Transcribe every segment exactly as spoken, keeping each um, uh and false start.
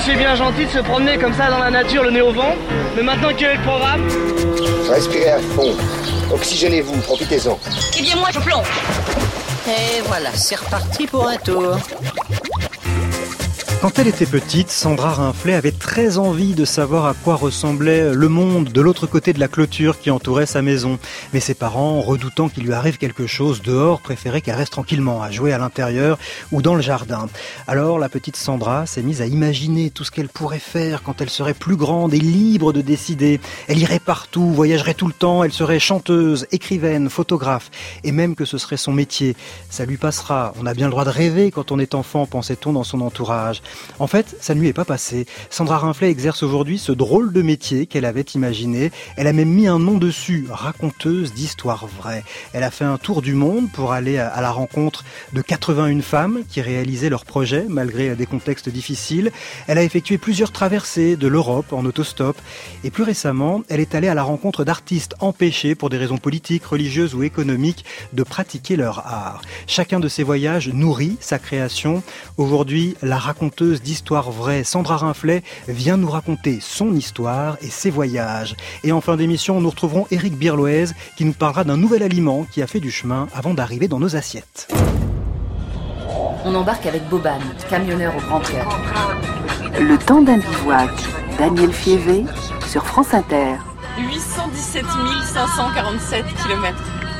c'est bien gentil de se promener comme ça dans la nature, le nez au vent. Mais maintenant, quel est le programme? Respirez à fond. Oxygénez-vous, profitez-en. Eh bien, moi, je plonge. Et voilà, c'est reparti pour un tour. Quand elle était petite, Sandra Rinflet avait très envie de savoir à quoi ressemblait le monde de l'autre côté de la clôture qui entourait sa maison. Mais ses parents, redoutant qu'il lui arrive quelque chose dehors, préféraient qu'elle reste tranquillement à jouer à l'intérieur ou dans le jardin. Alors la petite Sandra s'est mise à imaginer tout ce qu'elle pourrait faire quand elle serait plus grande et libre de décider. Elle irait partout, voyagerait tout le temps, elle serait chanteuse, écrivaine, photographe, et même que ce serait son métier. Ça lui passera, on a bien le droit de rêver quand on est enfant, pensait-on dans son entourage. En fait, ça ne lui est pas passé. Sandra Rinflet exerce aujourd'hui ce drôle de métier qu'elle avait imaginé. Elle a même mis un nom dessus, raconteuse d'histoires vraies. Elle a fait un tour du monde pour aller à la rencontre de quatre-vingt-une femmes qui réalisaient leurs projets malgré des contextes difficiles. Elle a effectué plusieurs traversées de l'Europe en autostop. Et plus récemment, elle est allée à la rencontre d'artistes empêchés pour des raisons politiques, religieuses ou économiques de pratiquer leur art. Chacun de ces voyages nourrit sa création. Aujourd'hui, la raconteuse d'histoires vraies, Sandra Rinflet vient nous raconter son histoire et ses voyages. Et en fin d'émission, nous retrouverons Éric Birloez qui nous parlera d'un nouvel aliment qui a fait du chemin avant d'arriver dans nos assiettes. On embarque avec Boban, camionneur au grand cœur. Le temps d'un bivouac, Daniel Fievé sur France Inter. huit cent dix-sept mille cinq cent quarante-sept kilomètres.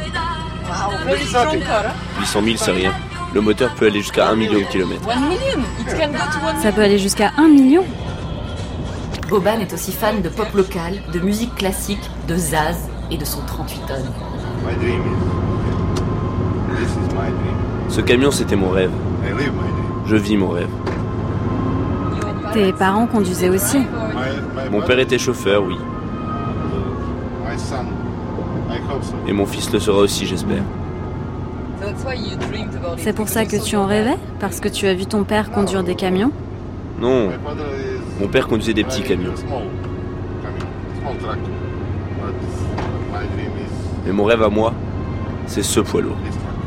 huit cent mille, c'est rien. Le moteur peut aller jusqu'à un million de kilomètres. Ça peut aller jusqu'à un million. Boban est aussi fan de pop local, de musique classique, de Zaz et de son trente-huit tonnes. Ce camion, c'était mon rêve. Je vis mon rêve. Tes parents conduisaient aussi? Mon père était chauffeur, oui. Et mon fils le sera aussi, j'espère. C'est pour ça que tu en rêvais? Parce que tu as vu ton père conduire des camions? Non, mon père conduisait des petits camions. Mais mon rêve à moi, c'est ce poids lourd.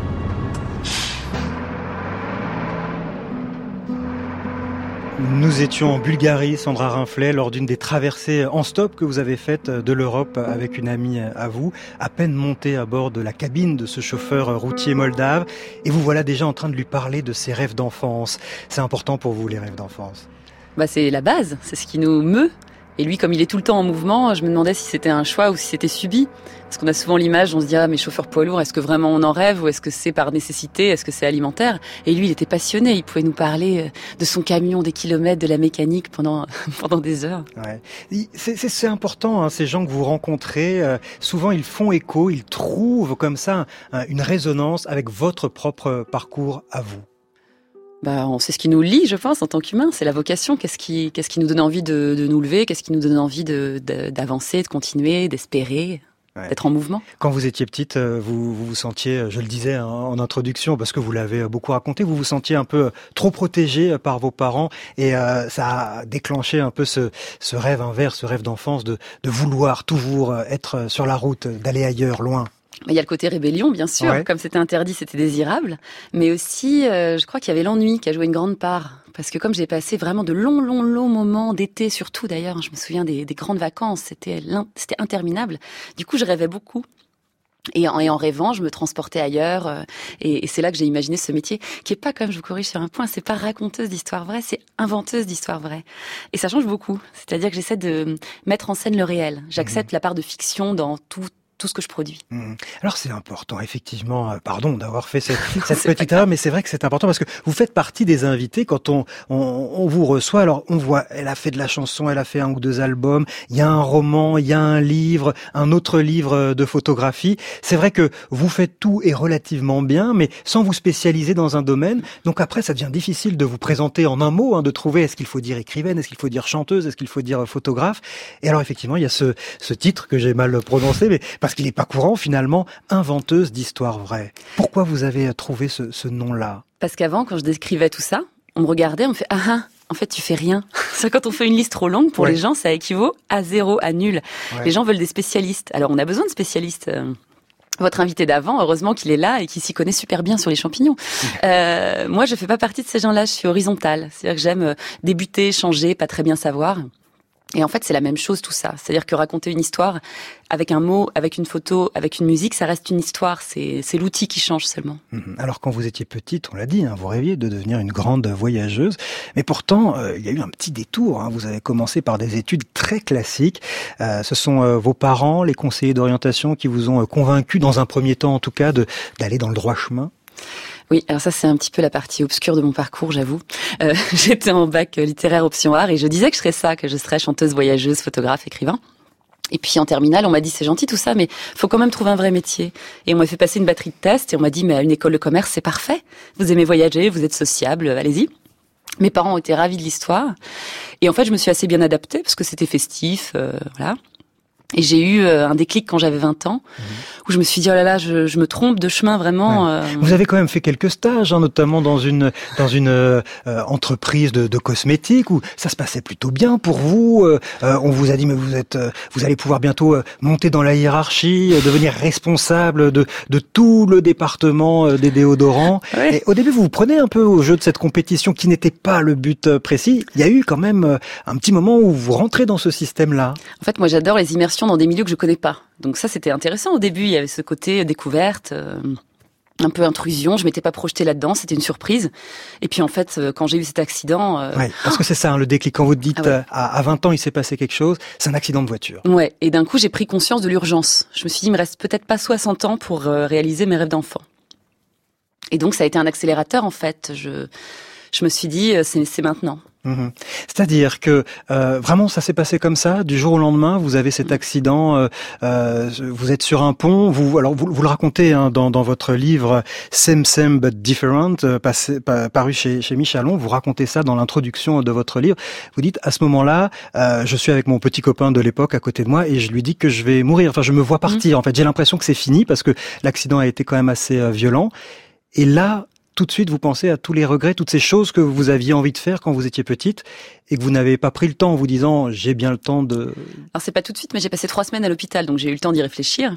Nous étions en Bulgarie, Sandra Rinflet, lors d'une des traversées en stop que vous avez faites de l'Europe avec une amie à vous, à peine montée à bord de la cabine de ce chauffeur routier moldave. Et vous voilà déjà en train de lui parler de ses rêves d'enfance. C'est important pour vous, les rêves d'enfance? Bah, c'est la base, c'est ce qui nous meut. Et lui, comme il est tout le temps en mouvement, je me demandais si c'était un choix ou si c'était subi. Parce qu'on a souvent l'image, on se dit, ah, mais chauffeur poids lourd, est-ce que vraiment on en rêve ou est-ce que c'est par nécessité, est-ce que c'est alimentaire? Et lui, il était passionné, il pouvait nous parler de son camion, des kilomètres, de la mécanique pendant pendant des heures. Ouais. C'est, c'est, c'est important, hein, ces gens que vous rencontrez, euh, souvent ils font écho, ils trouvent comme ça un, une résonance avec votre propre parcours à vous. Bah, on sait ce qui nous lie, je pense, en tant qu'humain. C'est la vocation. Qu'est-ce qui, qu'est-ce qui nous donne envie de, de nous lever? Qu'est-ce qui nous donne envie de, de, d'avancer, de continuer, d'espérer, ouais. D'être en mouvement? Quand vous étiez petite, vous vous, vous sentiez, je le disais en introduction, parce que vous l'avez beaucoup raconté, vous vous sentiez un peu trop protégée par vos parents et euh, ça a déclenché un peu ce, ce rêve inverse, ce rêve d'enfance de, de vouloir toujours être sur la route, d'aller ailleurs, loin. Il y a le côté rébellion, bien sûr. Ouais. Comme c'était interdit, c'était désirable. Mais aussi, euh, je crois qu'il y avait l'ennui qui a joué une grande part. Parce que comme j'ai passé vraiment de longs, longs, longs moments d'été, surtout d'ailleurs, je me souviens des, des grandes vacances, c'était, c'était interminable. Du coup, je rêvais beaucoup. Et en, et en rêvant, je me transportais ailleurs. Euh, et, et c'est là que j'ai imaginé ce métier, qui est pas, comme je vous corrige sur un point, c'est pas raconteuse d'histoires vraies, c'est inventeuse d'histoires vraies. Et ça change beaucoup. C'est-à-dire que j'essaie de mettre en scène le réel. J'accepte mmh. la part de fiction dans tout. tout ce que je produis. Mmh. Alors c'est important, effectivement, euh, pardon d'avoir fait cette, cette petite erreur, mais c'est vrai que c'est important parce que vous faites partie des invités quand on, on, on vous reçoit. Alors on voit, elle a fait de la chanson, elle a fait un ou deux albums, il y a un roman, il y a un livre, un autre livre de photographie. C'est vrai que vous faites tout et relativement bien, mais sans vous spécialiser dans un domaine. Donc après, ça devient difficile de vous présenter en un mot, hein, de trouver est-ce qu'il faut dire écrivaine, est-ce qu'il faut dire chanteuse, est-ce qu'il faut dire photographe. Et alors effectivement, il y a ce, ce titre que j'ai mal prononcé, mais parce qu'il n'est pas courant finalement, inventeuse d'histoires vraies. Pourquoi vous avez trouvé ce, ce nom-là? Parce qu'avant, quand je décrivais tout ça, on me regardait, on me fait « Ah ah, en fait tu fais rien ». C'est quand on fait une liste trop longue, pour ouais. les gens, ça équivaut à zéro, à nul. Ouais. Les gens veulent des spécialistes. Alors on a besoin de spécialistes. Votre invité d'avant, heureusement qu'il est là et qu'il s'y connaît super bien sur les champignons. Euh, moi, je fais pas partie de ces gens-là, je suis horizontale. C'est-à-dire que j'aime débuter, changer, pas très bien savoir. Et en fait, c'est la même chose tout ça. C'est-à-dire que raconter une histoire avec un mot, avec une photo, avec une musique, ça reste une histoire. C'est, c'est l'outil qui change seulement. Alors quand vous étiez petite, on l'a dit, hein, vous rêviez de devenir une grande voyageuse. Mais pourtant, euh, il y a eu un petit détour. Hein. Vous avez commencé par des études très classiques. Euh, ce sont euh, vos parents, les conseillers d'orientation, qui vous ont euh, convaincu, dans un premier temps en tout cas, de, d'aller dans le droit chemin. Oui, alors ça c'est un petit peu la partie obscure de mon parcours, j'avoue. Euh, j'étais en bac littéraire option art et je disais que je serais ça, que je serais chanteuse, voyageuse, photographe, écrivain. Et puis en terminale, on m'a dit c'est gentil tout ça, mais faut quand même trouver un vrai métier. Et on m'a fait passer une batterie de tests et on m'a dit mais à une école de commerce c'est parfait. Vous aimez voyager, vous êtes sociable, allez-y. Mes parents ont été ravis de l'histoire et en fait je me suis assez bien adaptée parce que c'était festif, euh, voilà. Et j'ai eu un déclic quand j'avais vingt ans, mmh. où je me suis dit, oh là là, je, je me trompe de chemin vraiment. Ouais. Euh... Vous avez quand même fait quelques stages, hein, notamment dans une dans une euh, entreprise de, de cosmétiques, où ça se passait plutôt bien pour vous. Euh, on vous a dit, mais vous êtes, euh, vous allez pouvoir bientôt euh, monter dans la hiérarchie, euh, devenir responsable de de tout le département euh, des déodorants. Ouais. Et au début, vous vous prenez un peu au jeu de cette compétition qui n'était pas le but précis. Il y a eu quand même euh, un petit moment où vous rentrez dans ce système-là. En fait, moi, j'adore les immersions dans des milieux que je connais pas. Donc ça, c'était intéressant. Au début, il y avait ce côté découverte, euh, un peu intrusion. Je m'étais pas projetée là-dedans. C'était une surprise. Et puis en fait, quand j'ai eu cet accident... Euh... Ouais, parce que c'est ça, hein, le déclic. Quand vous dites, ah ouais. à, à vingt ans, il s'est passé quelque chose, c'est un accident de voiture. Ouais. Et d'un coup, j'ai pris conscience de l'urgence. Je me suis dit, il me reste peut-être pas soixante ans pour euh, réaliser mes rêves d'enfant. Et donc, ça a été un accélérateur, en fait. Je, je me suis dit, c'est, c'est maintenant. Mmh. C'est-à-dire que euh, vraiment ça s'est passé comme ça, du jour au lendemain, vous avez cet accident, euh, euh, vous êtes sur un pont, vous alors vous, vous le racontez hein, dans, dans votre livre Same Same But Different, euh, passé, pa, paru chez, chez Michalon, vous racontez ça dans l'introduction de votre livre. Vous dites à ce moment-là, euh, je suis avec mon petit copain de l'époque à côté de moi et je lui dis que je vais mourir. Enfin, je me vois partir. Mmh. En fait, j'ai l'impression que c'est fini parce que l'accident a été quand même assez euh, violent. Et là, tout de suite, vous pensez à tous les regrets, toutes ces choses que vous aviez envie de faire quand vous étiez petite et que vous n'avez pas pris le temps en vous disant « j'ai bien le temps de… » Alors c'est pas tout de suite, mais j'ai passé trois semaines à l'hôpital, donc j'ai eu le temps d'y réfléchir.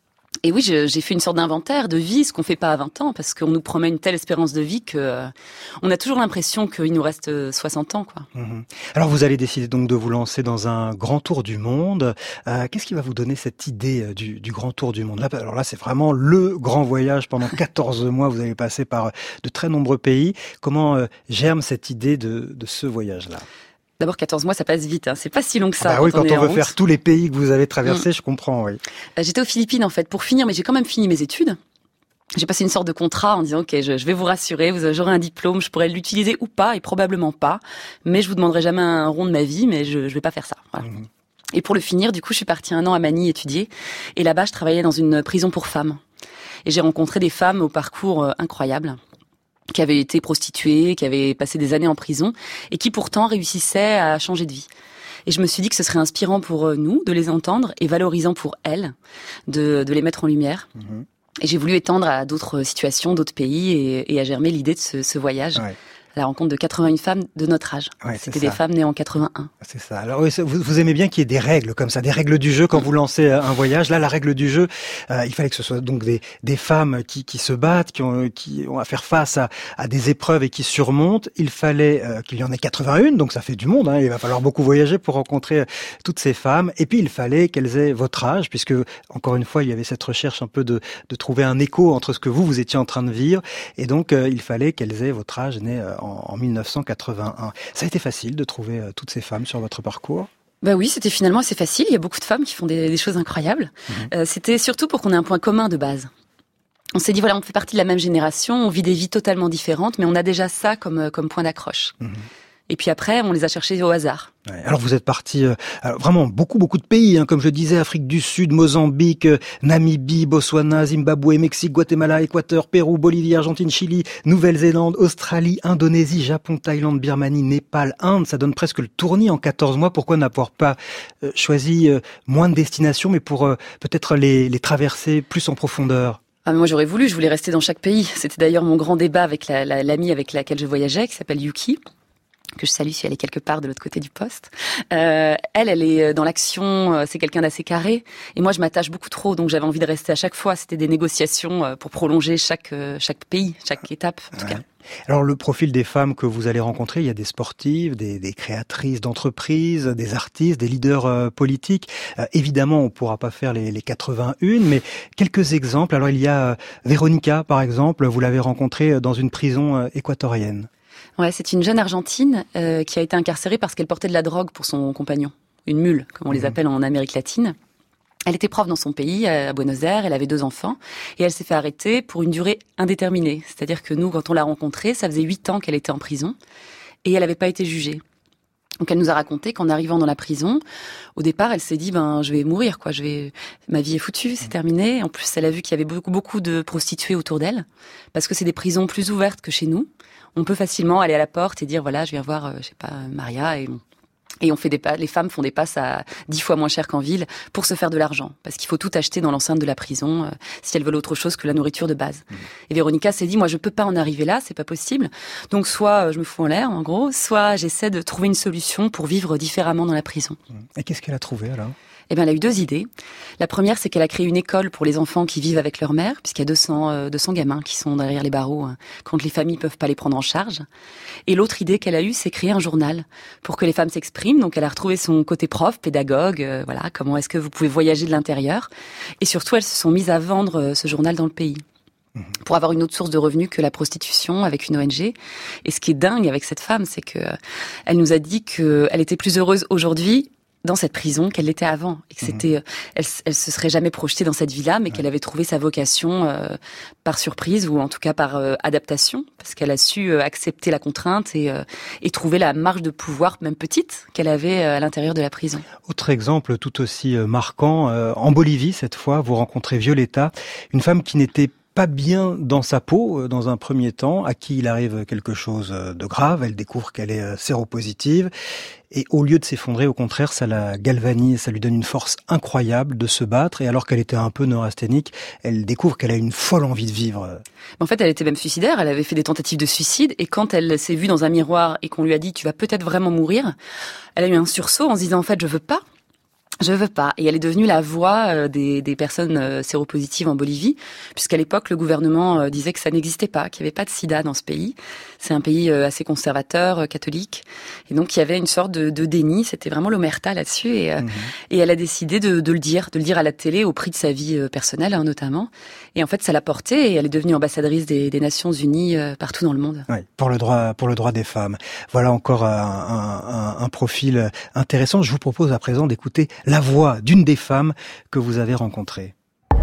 Et oui, je, j'ai fait une sorte d'inventaire de vie, ce qu'on fait pas à vingt ans, parce qu'on nous promet une telle espérance de vie que euh, on a toujours l'impression qu'il nous reste soixante ans, quoi. Mmh. Alors vous allez décider donc de vous lancer dans un grand tour du monde. Euh, qu'est-ce qui va vous donner cette idée du, du grand tour du monde? Là, alors là, c'est vraiment le grand voyage. Pendant quatorze mois, vous allez passer par de très nombreux pays. Comment euh, germe cette idée de, de ce voyage-là? D'abord, quatorze mois, ça passe vite. Hein. C'est pas si long que ça. Ah bah oui, quand on, on veut route. faire tous les pays que vous avez traversés, mmh. je comprends, oui. Euh, j'étais aux Philippines, en fait, pour finir, mais j'ai quand même fini mes études. J'ai passé une sorte de contrat en disant, OK, je, je vais vous rassurer, vous, j'aurai un diplôme, je pourrais l'utiliser ou pas, et probablement pas. Mais je vous demanderai jamais un rond de ma vie, mais je, je vais pas faire ça. Voilà. Mmh. Et pour le finir, du coup, je suis partie un an à Manille étudier. Et là-bas, je travaillais dans une prison pour femmes. Et j'ai rencontré des femmes au parcours euh, incroyable, qui avaient été prostituées, qui avaient passé des années en prison et qui pourtant réussissaient à changer de vie. Et je me suis dit que ce serait inspirant pour nous de les entendre et valorisant pour elles de, de les mettre en lumière. Mmh. Et j'ai voulu étendre à d'autres situations, d'autres pays et, et à germer l'idée de ce, ce voyage. Ouais. La rencontre de quatre-vingt-une femmes de notre âge. Ouais, C'était des femmes nées en quatre-vingt-un. C'est ça. Alors oui, vous, vous aimez bien qu'il y ait des règles comme ça, des règles du jeu quand mmh. vous lancez un voyage. Là, la règle du jeu, euh, il fallait que ce soit donc des, des femmes qui, qui se battent, qui ont, qui ont à faire face à, à des épreuves et qui surmontent. Il fallait euh, qu'il y en ait quatre-vingt-une, donc ça fait du monde. Hein. Il va falloir beaucoup voyager pour rencontrer toutes ces femmes. Et puis il fallait qu'elles aient votre âge, puisque encore une fois, il y avait cette recherche un peu de, de trouver un écho entre ce que vous vous étiez en train de vivre. Et donc euh, il fallait qu'elles aient votre âge né euh, en, en mille neuf cent quatre-vingt-un. Ça a été facile de trouver euh, toutes ces femmes sur votre parcours? Bah oui, c'était finalement assez facile. Il y a beaucoup de femmes qui font des, des choses incroyables. Mmh. Euh, c'était surtout pour qu'on ait un point commun de base. On s'est dit, voilà, on fait partie de la même génération, on vit des vies totalement différentes, mais on a déjà ça comme, comme point d'accroche. Mmh. Et puis après, on les a cherchés au hasard. Ouais, alors vous êtes partis, euh, vraiment beaucoup, beaucoup de pays, hein, comme je disais, Afrique du Sud, Mozambique, euh, Namibie, Botswana, Zimbabwe, Mexique, Guatemala, Équateur, Pérou, Bolivie, Argentine, Chili, Nouvelle-Zélande, Australie, Indonésie, Japon, Thaïlande, Birmanie, Népal, Inde. Ça donne presque le tournis en quatorze mois. Pourquoi n'avoir pas euh, choisi euh, moins de destinations, mais pour euh, peut-être les, les traverser plus en profondeur? Ah, mais moi j'aurais voulu, je voulais rester dans chaque pays. C'était d'ailleurs mon grand débat avec la, la, l'amie avec laquelle je voyageais, qui s'appelle Yuki. que je salue si elle est quelque part de l'autre côté du poste. Euh, elle, elle est dans l'action, c'est quelqu'un d'assez carré. Et moi, je m'attache beaucoup trop, donc j'avais envie de rester à chaque fois. C'était des négociations pour prolonger chaque, chaque pays, chaque étape, en tout ouais. cas. Alors, le profil des femmes que vous allez rencontrer, il y a des sportives, des, des créatrices d'entreprises, des artistes, des leaders euh, politiques. Euh, évidemment, on ne pourra pas faire les, les quatre-vingt-un, mais quelques exemples. Alors, il y a euh, Véronica, par exemple, vous l'avez rencontrée dans une prison euh, équatorienne. Ouais, c'est une jeune Argentine euh, qui a été incarcérée parce qu'elle portait de la drogue pour son compagnon. Une mule, comme on les appelle en Amérique latine. Elle était prof dans son pays, à Buenos Aires, elle avait deux enfants, et elle s'est fait arrêter pour une durée indéterminée. C'est-à-dire que nous, quand on l'a rencontrée, ça faisait huit ans qu'elle était en prison, et elle n'avait pas été jugée. Donc elle nous a raconté qu'en arrivant dans la prison, au départ, elle s'est dit ben je vais mourir quoi, je vais ma vie est foutue, c'est terminé. En plus, elle a vu qu'il y avait beaucoup beaucoup de prostituées autour d'elle parce que c'est des prisons plus ouvertes que chez nous. On peut facilement aller à la porte et dire voilà, je viens voir euh, je sais pas Maria et Et on fait des pas, les femmes font des passes à dix fois moins cher qu'en ville pour se faire de l'argent. Parce qu'il faut tout acheter dans l'enceinte de la prison, euh, si elles veulent autre chose que la nourriture de base. Mmh. Et Véronica s'est dit, moi, je peux pas en arriver là, c'est pas possible. Donc, soit euh, je me fous en l'air, en gros, soit j'essaie de trouver une solution pour vivre différemment dans la prison. Et qu'est-ce qu'elle a trouvé, alors ? Eh bien, elle a eu deux idées. La première, c'est qu'elle a créé une école pour les enfants qui vivent avec leur mère, puisqu'il y a deux cents, euh, deux cents gamins qui sont derrière les barreaux hein, quand les familles peuvent pas les prendre en charge. Et l'autre idée qu'elle a eue, c'est créer un journal pour que les femmes s'expriment. Donc, elle a retrouvé son côté prof, pédagogue, euh, voilà, comment est-ce que vous pouvez voyager de l'intérieur. Et surtout, elles se sont mises à vendre euh, ce journal dans le pays. Mmh. Pour avoir une autre source de revenus que la prostitution avec une O N G. Et ce qui est dingue avec cette femme, c'est que euh, elle nous a dit qu'elle était plus heureuse aujourd'hui dans cette prison qu'elle l'était avant et que c'était mmh. elle elle se serait jamais projetée dans cette vie-là mais ouais. qu'elle avait trouvé sa vocation euh, par surprise ou en tout cas par euh, adaptation parce qu'elle a su euh, accepter la contrainte et euh, et trouver la marge de pouvoir même petite qu'elle avait euh, à l'intérieur de la prison. Autre exemple tout aussi euh, marquant euh, en Bolivie cette fois, vous rencontrez Violeta, une femme qui n'était pas bien dans sa peau dans un premier temps, à qui il arrive quelque chose de grave, elle découvre qu'elle est séropositive et au lieu de s'effondrer, au contraire, ça la galvanise, ça lui donne une force incroyable de se battre et alors qu'elle était un peu neurasthénique, elle découvre qu'elle a une folle envie de vivre. En fait, elle était même suicidaire, elle avait fait des tentatives de suicide et quand elle s'est vue dans un miroir et qu'on lui a dit « tu vas peut-être vraiment mourir », elle a eu un sursaut en se disant « en fait, je veux pas ». Je veux pas. Et elle est devenue la voix des, des personnes séropositives en Bolivie, puisqu'à l'époque, le gouvernement disait que ça n'existait pas, qu'il n'y avait pas de sida dans ce pays. C'est un pays assez conservateur, catholique. Et donc, il y avait une sorte de, de déni. C'était vraiment l'omerta là-dessus. Et, mmh. et elle a décidé de, de le dire, de le dire à la télé, au prix de sa vie personnelle, hein, notamment. Et en fait, ça l'a portée et elle est devenue ambassadrice des, des Nations Unies partout dans le monde. Oui, pour le droit, pour le droit des femmes. Voilà encore un, un, un profil intéressant. Je vous propose à présent d'écouter la voix d'une des femmes que vous avez rencontrées.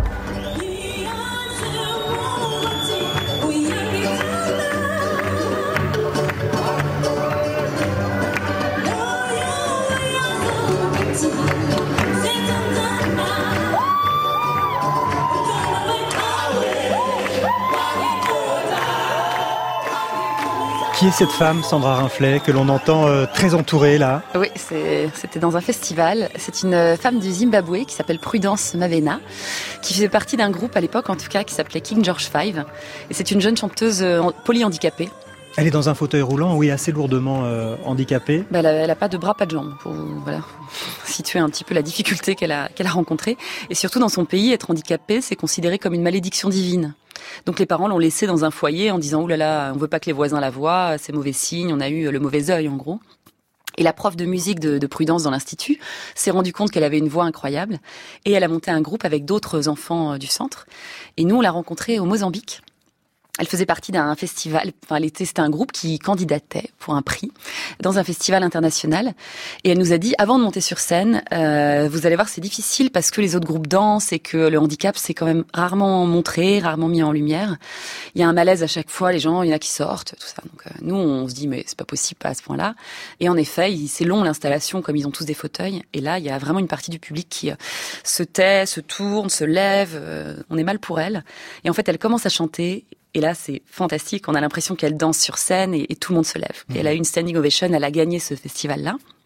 Qui est cette femme, Sandra Rinflet, que l'on entend euh, très entourée là ? Oui, c'est, c'était dans un festival. C'est une femme du Zimbabwe qui s'appelle Prudence Mavena, qui faisait partie d'un groupe à l'époque en tout cas qui s'appelait King George five. Et c'est une jeune chanteuse euh, polyhandicapée. Elle est dans un fauteuil roulant, oui, assez lourdement euh, handicapée. Ben, elle, a, elle a pas de bras, pas de jambes, pour voilà, situer un petit peu la difficulté qu'elle a, qu'elle a rencontrée. Et surtout dans son pays, être handicapée, c'est considéré comme une malédiction divine. Donc les parents l'ont laissée dans un foyer en disant « Ouh là là, on veut pas que les voisins la voient, c'est mauvais signe, on a eu le mauvais œil en gros ». Et la prof de musique de, de Prudence dans l'institut s'est rendue compte qu'elle avait une voix incroyable et elle a monté un groupe avec d'autres enfants du centre. Et nous, on l'a rencontrée au Mozambique. Elle faisait partie d'un festival, enfin, elle était, c'était un groupe qui candidatait pour un prix dans un festival international. Et elle nous a dit, avant de monter sur scène, euh, vous allez voir, c'est difficile parce que les autres groupes dansent et que le handicap, c'est quand même rarement montré, rarement mis en lumière. Il y a un malaise à chaque fois, les gens, il y en a qui sortent, tout ça. Donc, euh, nous, on se dit, mais c'est pas possible, pas à ce point-là. Et en effet, c'est long l'installation, comme ils ont tous des fauteuils. Et là, il y a vraiment une partie du public qui euh, se tait, se tourne, se lève. Euh, on est mal pour elle. Et en fait, elle commence à chanter. Et là, c'est fantastique. On a l'impression qu'elle danse sur scène et, et tout le monde se lève. Mmh. Et elle a eu une standing ovation. Elle a gagné ce festival-là.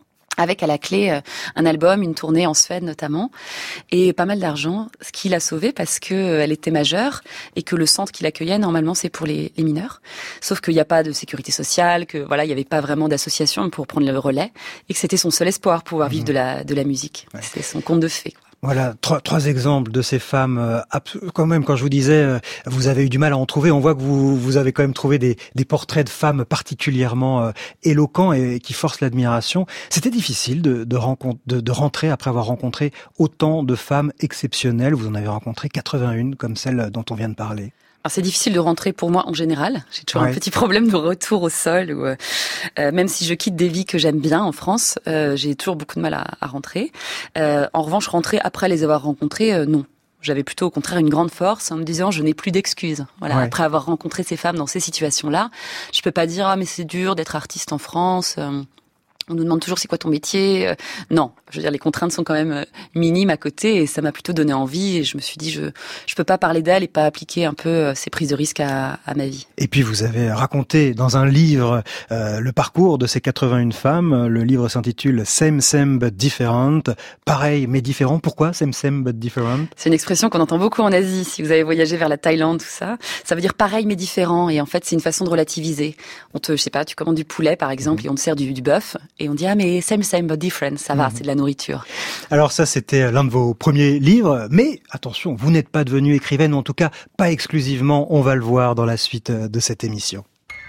avec à la clé euh, un album, une tournée en Suède notamment, et pas mal d'argent, ce qui l'a sauvée parce que euh, elle était majeure et que le centre qui l'accueillait, normalement, c'est pour les, les mineurs. Sauf qu'il n'y a pas de sécurité sociale, que voilà, il n'y avait pas vraiment d'association pour prendre le relais, et que c'était son seul espoir, pouvoir vivre mmh. de la de la musique. Ouais. C'était son conte de fées, quoi. Voilà, trois, trois exemples de ces femmes. Euh, quand même, quand je vous disais, euh, vous avez eu du mal à en trouver. On voit que vous, vous avez quand même trouvé des, des portraits de femmes particulièrement euh, éloquents et, et qui forcent l'admiration. C'était difficile de, de, rencontre, de, de rentrer après avoir rencontré autant de femmes exceptionnelles. Vous en avez rencontré quatre-vingt-un, comme celle dont on vient de parler. Alors c'est difficile de rentrer pour moi en général. J'ai toujours ouais. un petit problème de retour au sol. Où, euh, même si je quitte des vies que j'aime bien en France, euh, j'ai toujours beaucoup de mal à, à rentrer. Euh, en revanche, rentrer après les avoir rencontrées, euh, non. J'avais plutôt au contraire une grande force en me disant je n'ai plus d'excuses. Voilà, ouais. Après avoir rencontré ces femmes dans ces situations-là, je peux pas dire ah mais c'est dur d'être artiste en France. Euh, On nous demande toujours c'est quoi ton métier. Euh, non, je veux dire les contraintes sont quand même euh, minimes à côté et ça m'a plutôt donné envie et je me suis dit je je peux pas parler d'elle et pas appliquer un peu euh, ces prises de risque à, à ma vie. Et puis vous avez raconté dans un livre euh, le parcours de ces quatre-vingt-un femmes. Le livre s'intitule Same Same But Different. Pareil mais différent. Pourquoi Same Same But Different? C'est une expression qu'on entend beaucoup en Asie. Si vous avez voyagé vers la Thaïlande tout ça, ça veut dire pareil mais différent et en fait c'est une façon de relativiser. On te je sais pas, tu commandes du poulet par exemple mmh. et on te sert du, du bœuf. Et on dit, ah, mais same, same, but different. Ça va, mmh. c'est de la nourriture. Alors ça, c'était l'un de vos premiers livres. Mais attention, vous n'êtes pas devenue écrivaine, ou en tout cas, pas exclusivement. On va le voir dans la suite de cette émission.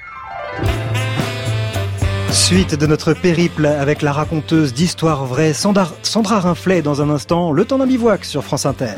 Suite de notre périple avec la raconteuse d'histoires vraies, Sandra, Sandra Rinflet, dans un instant, Le Temps d'un bivouac sur France Inter.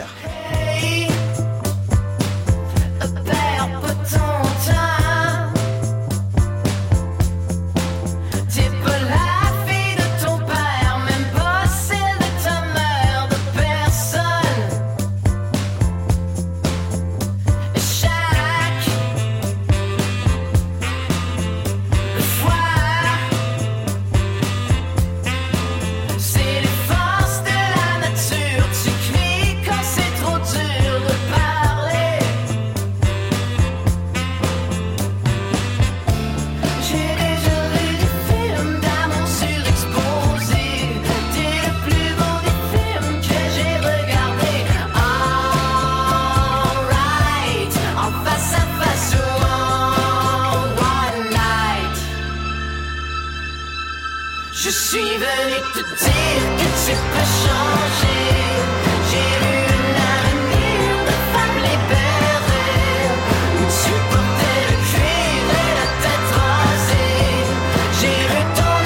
Je suis venu te dire que tu peux changer. J'ai vu l'avenir de femmes libérées, où tu portais le cuir et la tête rasée. J'ai vu ton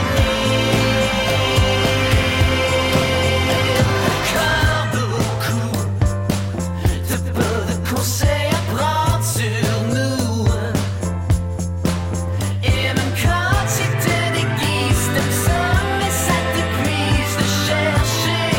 avenir. Comme beaucoup de peu de conseils à prendre sur nous. Et même quand tu te déguises de ça, mais ça t'épuise de chercher.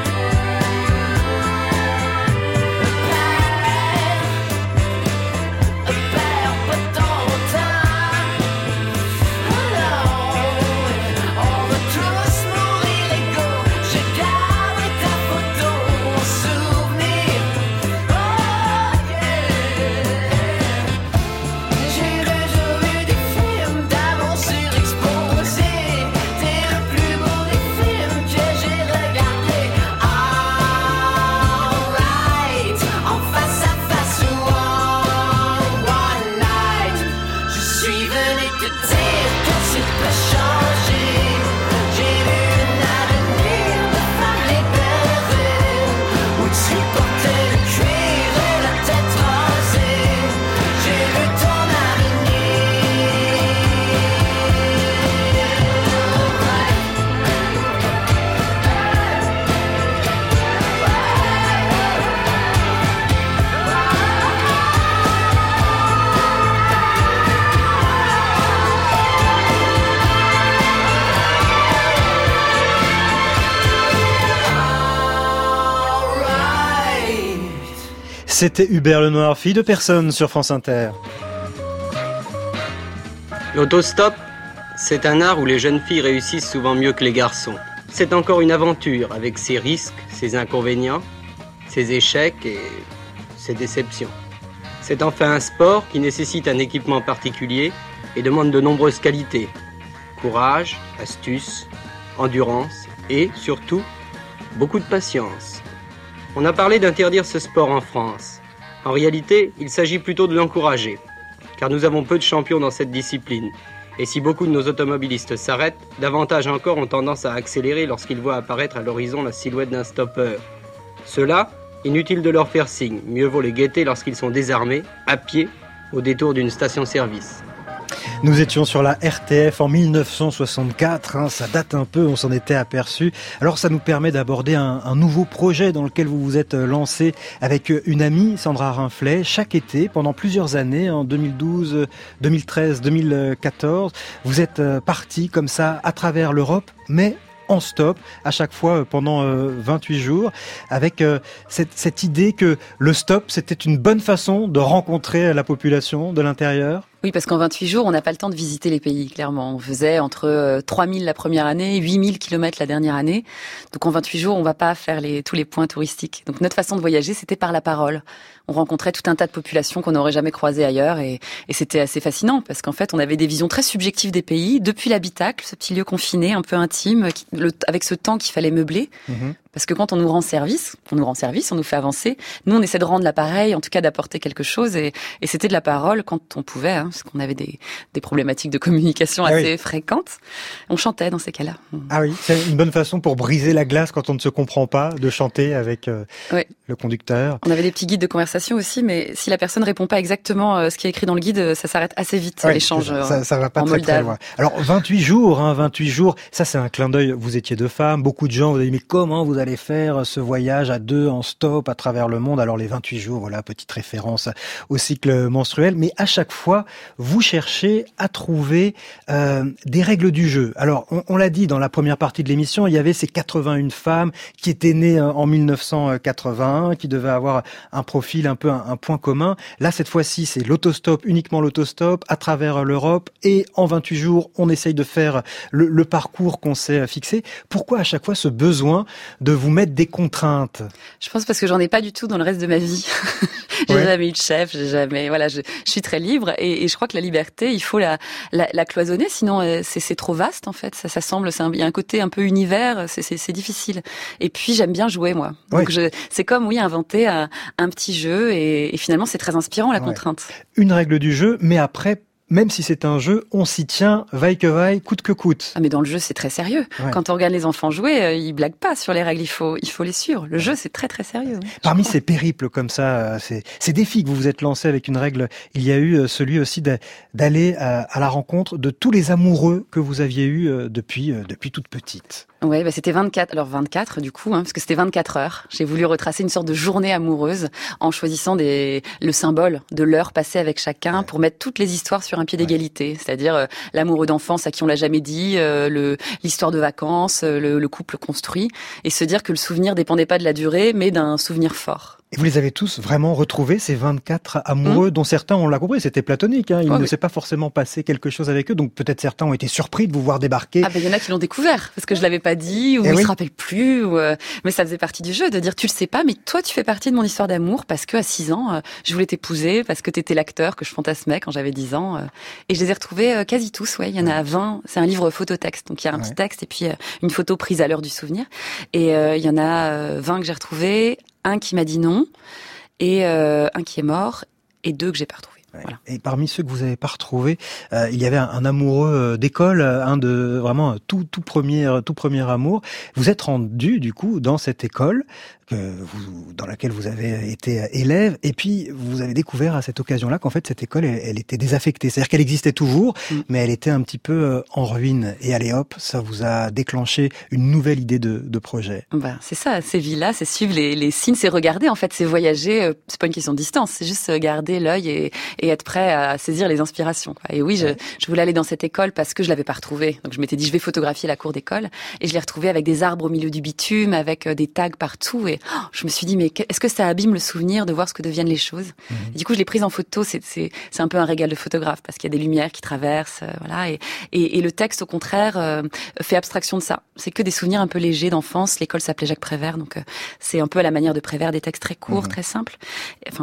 Perds, perds pas ton temps. Oh non, on va tous mourir égaux. Je garde ta photo en souvenir. Oh yeah. J'ai déjà vu des films d'amour surexposés. T'es le plus beau des films que j'ai regardé. Alright, en face à face ou en one night. Je suis venu te dire que tu peux changer. J'ai vu un avenir de femmes libérées, où tu portais le cuir et la tête rasée. J'ai vu ton C'était Hubert Lenoir, fille de personne sur France Inter. L'autostop, c'est un art où les jeunes filles réussissent souvent mieux que les garçons. C'est encore une aventure avec ses risques, ses inconvénients, ses échecs et ses déceptions. C'est enfin un sport qui nécessite un équipement particulier et demande de nombreuses qualités. Courage, astuce, endurance et, surtout, beaucoup de patience. On a parlé d'interdire ce sport en France. En réalité, il s'agit plutôt de l'encourager, car nous avons peu de champions dans cette discipline. Et si beaucoup de nos automobilistes s'arrêtent, davantage encore ont tendance à accélérer lorsqu'ils voient apparaître à l'horizon la silhouette d'un stopper. Ceux-là, inutile de leur faire signe, mieux vaut les guetter lorsqu'ils sont désarmés, à pied, au détour d'une station-service. Nous étions sur la R T F en mille neuf cent soixante-quatre, hein, ça date un peu, on s'en était aperçu. Alors ça nous permet d'aborder un, un nouveau projet dans lequel vous vous êtes lancé avec une amie, Sandra Rinflet, chaque été, pendant plusieurs années, en deux mille douze, deux mille treize, deux mille quatorze. Vous êtes partis comme ça à travers l'Europe, mais en stop, à chaque fois pendant vingt-huit jours, avec cette, cette idée que le stop, c'était une bonne façon de rencontrer la population de l'intérieur. Oui, parce qu'en vingt-huit jours, on n'a pas le temps de visiter les pays, clairement. On faisait entre trois mille la première année, huit mille kilomètres la dernière année. Donc en vingt-huit jours, on va pas faire les, tous les points touristiques. Donc notre façon de voyager, c'était par la parole. On rencontrait tout un tas de populations qu'on n'aurait jamais croisées ailleurs et, et c'était assez fascinant parce qu'en fait, on avait des visions très subjectives des pays, depuis l'habitacle, ce petit lieu confiné, un peu intime, qui, le, avec ce temps qu'il fallait meubler. Mmh. Parce que quand on nous rend service, on nous rend service, on nous fait avancer. Nous, on essaie de rendre l'appareil, en tout cas d'apporter quelque chose. Et, et c'était de la parole quand on pouvait, hein, parce qu'on avait des, des problématiques de communication ah assez oui. fréquentes. On chantait dans ces cas-là. Ah oui, c'est une bonne façon pour briser la glace quand on ne se comprend pas, de chanter avec euh, oui. le conducteur. On avait des petits guides de conversation aussi, mais si la personne répond pas exactement ce qui est écrit dans le guide, ça s'arrête assez vite, oui, l'échange ça, ça, ça va pas en très, Moldave. Très loin. Alors vingt-huit jours, hein, vingt-huit jours, ça c'est un clin d'œil. Vous étiez deux femmes, beaucoup de gens vous avez dit mais comment vous allez faire ce voyage à deux en stop à travers le monde? Alors les vingt-huit jours, voilà, petite référence au cycle menstruel, mais à chaque fois, vous cherchez à trouver euh, des règles du jeu. Alors on, on l'a dit dans la première partie de l'émission, il y avait ces quatre-vingt-une femmes qui étaient nées en mille neuf cent quatre-vingt-un, qui devaient avoir un profil un peu un, un point commun. Là cette fois-ci, c'est l'autostop, uniquement l'autostop à travers l'Europe, et en vingt-huit jours, on essaye de faire le, le parcours qu'on s'est fixé. Pourquoi à chaque fois ce besoin de vous mettre des contraintes? Je pense parce que j'en ai pas du tout dans le reste de ma vie. j'ai ouais. jamais eu de chef, j'ai jamais, voilà, je, je suis très libre et, et je crois que la liberté, il faut la, la, la cloisonner, sinon c'est, c'est trop vaste en fait. Ça, ça semble, c'est un, il y a un côté un peu univers, c'est, c'est, c'est difficile. Et puis j'aime bien jouer moi. Donc ouais. je, c'est comme oui inventer un, un petit jeu et, et finalement c'est très inspirant la ouais. contrainte. Une règle du jeu, mais après. Même si c'est un jeu, on s'y tient, vaille que vaille, coûte que coûte. Ah mais dans le jeu, c'est très sérieux. Ouais. Quand on regarde les enfants jouer, euh, ils blaguent pas sur les règles, il faut, il faut les suivre. Le jeu, c'est très très sérieux. Parmi ces périples comme ça, ces, ces défis que vous vous êtes lancés avec une règle, il y a eu celui aussi d'aller à, à la rencontre de tous les amoureux que vous aviez eus depuis, depuis toute petite. Ouais, bah c'était vingt-quatre, alors vingt-quatre du coup, hein, parce que c'était vingt-quatre heures. J'ai voulu retracer une sorte de journée amoureuse en choisissant des, le symbole de l'heure passée avec chacun ouais. pour mettre toutes les histoires sur un pied d'égalité. Ouais. C'est-à-dire euh, l'amoureux d'enfance à qui on l'a jamais dit, euh, le, l'histoire de vacances, euh, le, le couple construit, et se dire que le souvenir dépendait pas de la durée, mais d'un souvenir fort. Et vous les avez tous vraiment retrouvés, ces vingt-quatre amoureux, mmh. dont certains, on l'a compris, c'était platonique. Hein, il oh, ne oui. s'est pas forcément passé quelque chose avec eux, donc peut-être certains ont été surpris de vous voir débarquer. Ah ben il y en a qui l'ont découvert, parce que je l'avais pas dit, ou eh ils oui. se rappellent plus, ou, euh, mais ça faisait partie du jeu, de dire tu le sais pas, mais toi tu fais partie de mon histoire d'amour, parce que à six ans, euh, je voulais t'épouser, parce que t'étais l'acteur que je fantasmais quand j'avais dix ans. Euh, et je les ai retrouvés euh, quasi tous, ouais. Il y en a vingt, c'est un livre phototexte, donc il y a un ouais. petit texte, et puis euh, une photo prise à l'heure du souvenir. Et euh, il y en a euh, vingt que j'ai retrouvés, un qui m'a dit non, et euh, un qui est mort, et deux que j'ai pas retrouvés. Ouais. Voilà. Et parmi ceux que vous avez pas retrouvés, euh, il y avait un, un amoureux d'école, un de vraiment tout tout premier tout premier amour. Vous êtes rendu du coup dans cette école que vous, dans laquelle vous avez été élève, et puis vous avez découvert à cette occasion-là qu'en fait cette école elle, elle était désaffectée, c'est-à-dire qu'elle existait toujours, mmh. mais elle était un petit peu en ruine. Et allez hop, ça vous a déclenché une nouvelle idée de, de projet. Bah c'est ça, ces villes-là, c'est suivre les, les signes, c'est regarder en fait, c'est voyager. C'est pas une question de distance, c'est juste garder l'œil et, et être prêt à saisir les inspirations. Quoi. Et oui, je, je voulais aller dans cette école parce que je l'avais pas retrouvée. Donc je m'étais dit je vais photographier la cour d'école, et je l'ai retrouvée avec des arbres au milieu du bitume, avec des tags partout. Et oh, je me suis dit mais est-ce que ça abîme le souvenir de voir ce que deviennent les choses? Mmh. Et du coup je l'ai prise en photo. C'est, c'est, c'est un peu un régal de photographe parce qu'il y a des lumières qui traversent, euh, voilà. Et, et, et le texte au contraire euh, fait abstraction de ça. C'est que des souvenirs un peu légers d'enfance. L'école s'appelait Jacques Prévert, donc euh, c'est un peu à la manière de Prévert, des textes très courts, mmh. très simples. Enfin.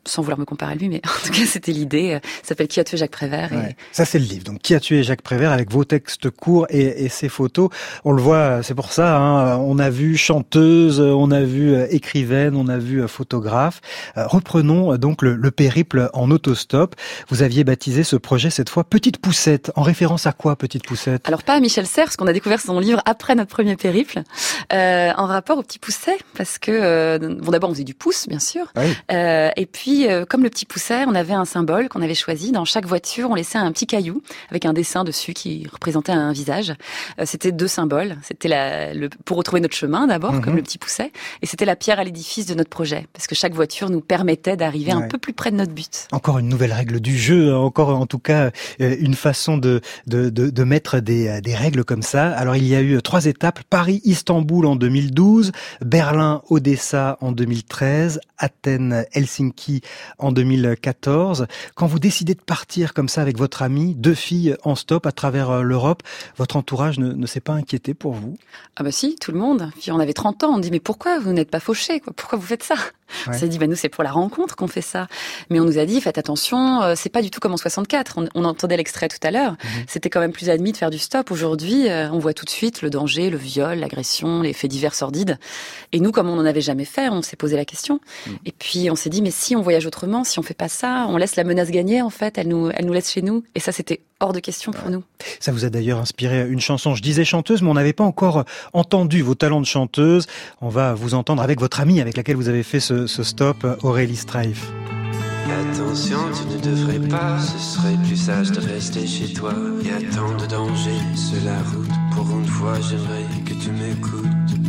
sans vouloir me comparer à lui, mais en tout cas, c'était l'idée. Ça s'appelle Qui a tué Jacques Prévert. Ouais. Et... Ça, c'est le livre. Donc, Qui a tué Jacques Prévert, avec vos textes courts et, et ses photos. On le voit, c'est pour ça, hein, on a vu chanteuse, on a vu écrivaine, on a vu photographe. Euh, reprenons donc le, le périple en autostop. Vous aviez baptisé ce projet cette fois Petite Poussette. En référence à quoi, Petite Poussette? Alors, pas à Michel Serres, parce qu'on a découvert son livre après notre premier périple, euh, en rapport au petit pousset, parce que, euh, bon, d'abord, on faisait du pouce, bien sûr. Oui. Euh, et puis, euh, comme le petit pousset, on avait un symbole qu'on avait choisi. Dans chaque voiture, on laissait un petit caillou avec un dessin dessus qui représentait un visage. Euh, c'était deux symboles. C'était la, le, pour retrouver notre chemin d'abord, mmh. comme le petit pousset, et c'était la pierre à l'édifice de notre projet, parce que chaque voiture nous permettait d'arriver ouais. un peu plus près de notre but. Encore une nouvelle règle du jeu, encore en tout cas une façon de de de, de mettre des des règles comme ça. Alors il y a eu trois étapes: Paris-Istanbul en deux mille douze, Berlin-Odessa en deux mille treize, Athènes-Helsinki en deux mille quatorze. Quand vous décidez de partir comme ça avec votre amie, deux filles en stop à travers l'Europe, votre entourage ne, ne s'est pas inquiété pour vous? Ah bah si, tout le monde. Puis on avait trente ans, on dit mais pourquoi vous n'êtes pas fauchés, quoi? Pourquoi vous faites ça? Ouais. On s'est dit bah nous c'est pour la rencontre qu'on fait ça. Mais on nous a dit faites attention, euh, c'est pas du tout comme en soixante-quatre. On, on entendait l'extrait tout à l'heure. Mmh. C'était quand même plus admis de faire du stop. Aujourd'hui, euh, on voit tout de suite le danger, le viol, l'agression, les faits divers sordides. Et nous, comme on n'en avait jamais fait, on s'est posé la question. Mmh. Et puis on s'est dit mais si on voyage autrement, si on fait pas ça, on laisse la menace gagner en fait. Elle nous, elle nous laisse chez nous. Et ça c'était hors de question pour nous. Ça vous a d'ailleurs inspiré une chanson. Je disais chanteuse, mais on n'avait pas encore entendu vos talents de chanteuse. On va vous entendre avec votre amie avec laquelle vous avez fait ce, ce stop, Aurélie Streif. Attention, tu ne devrais pas, ce serait plus sage de rester chez toi. Il y a tant de dangers sur la route, pour une fois j'aimerais que tu m'écoutes.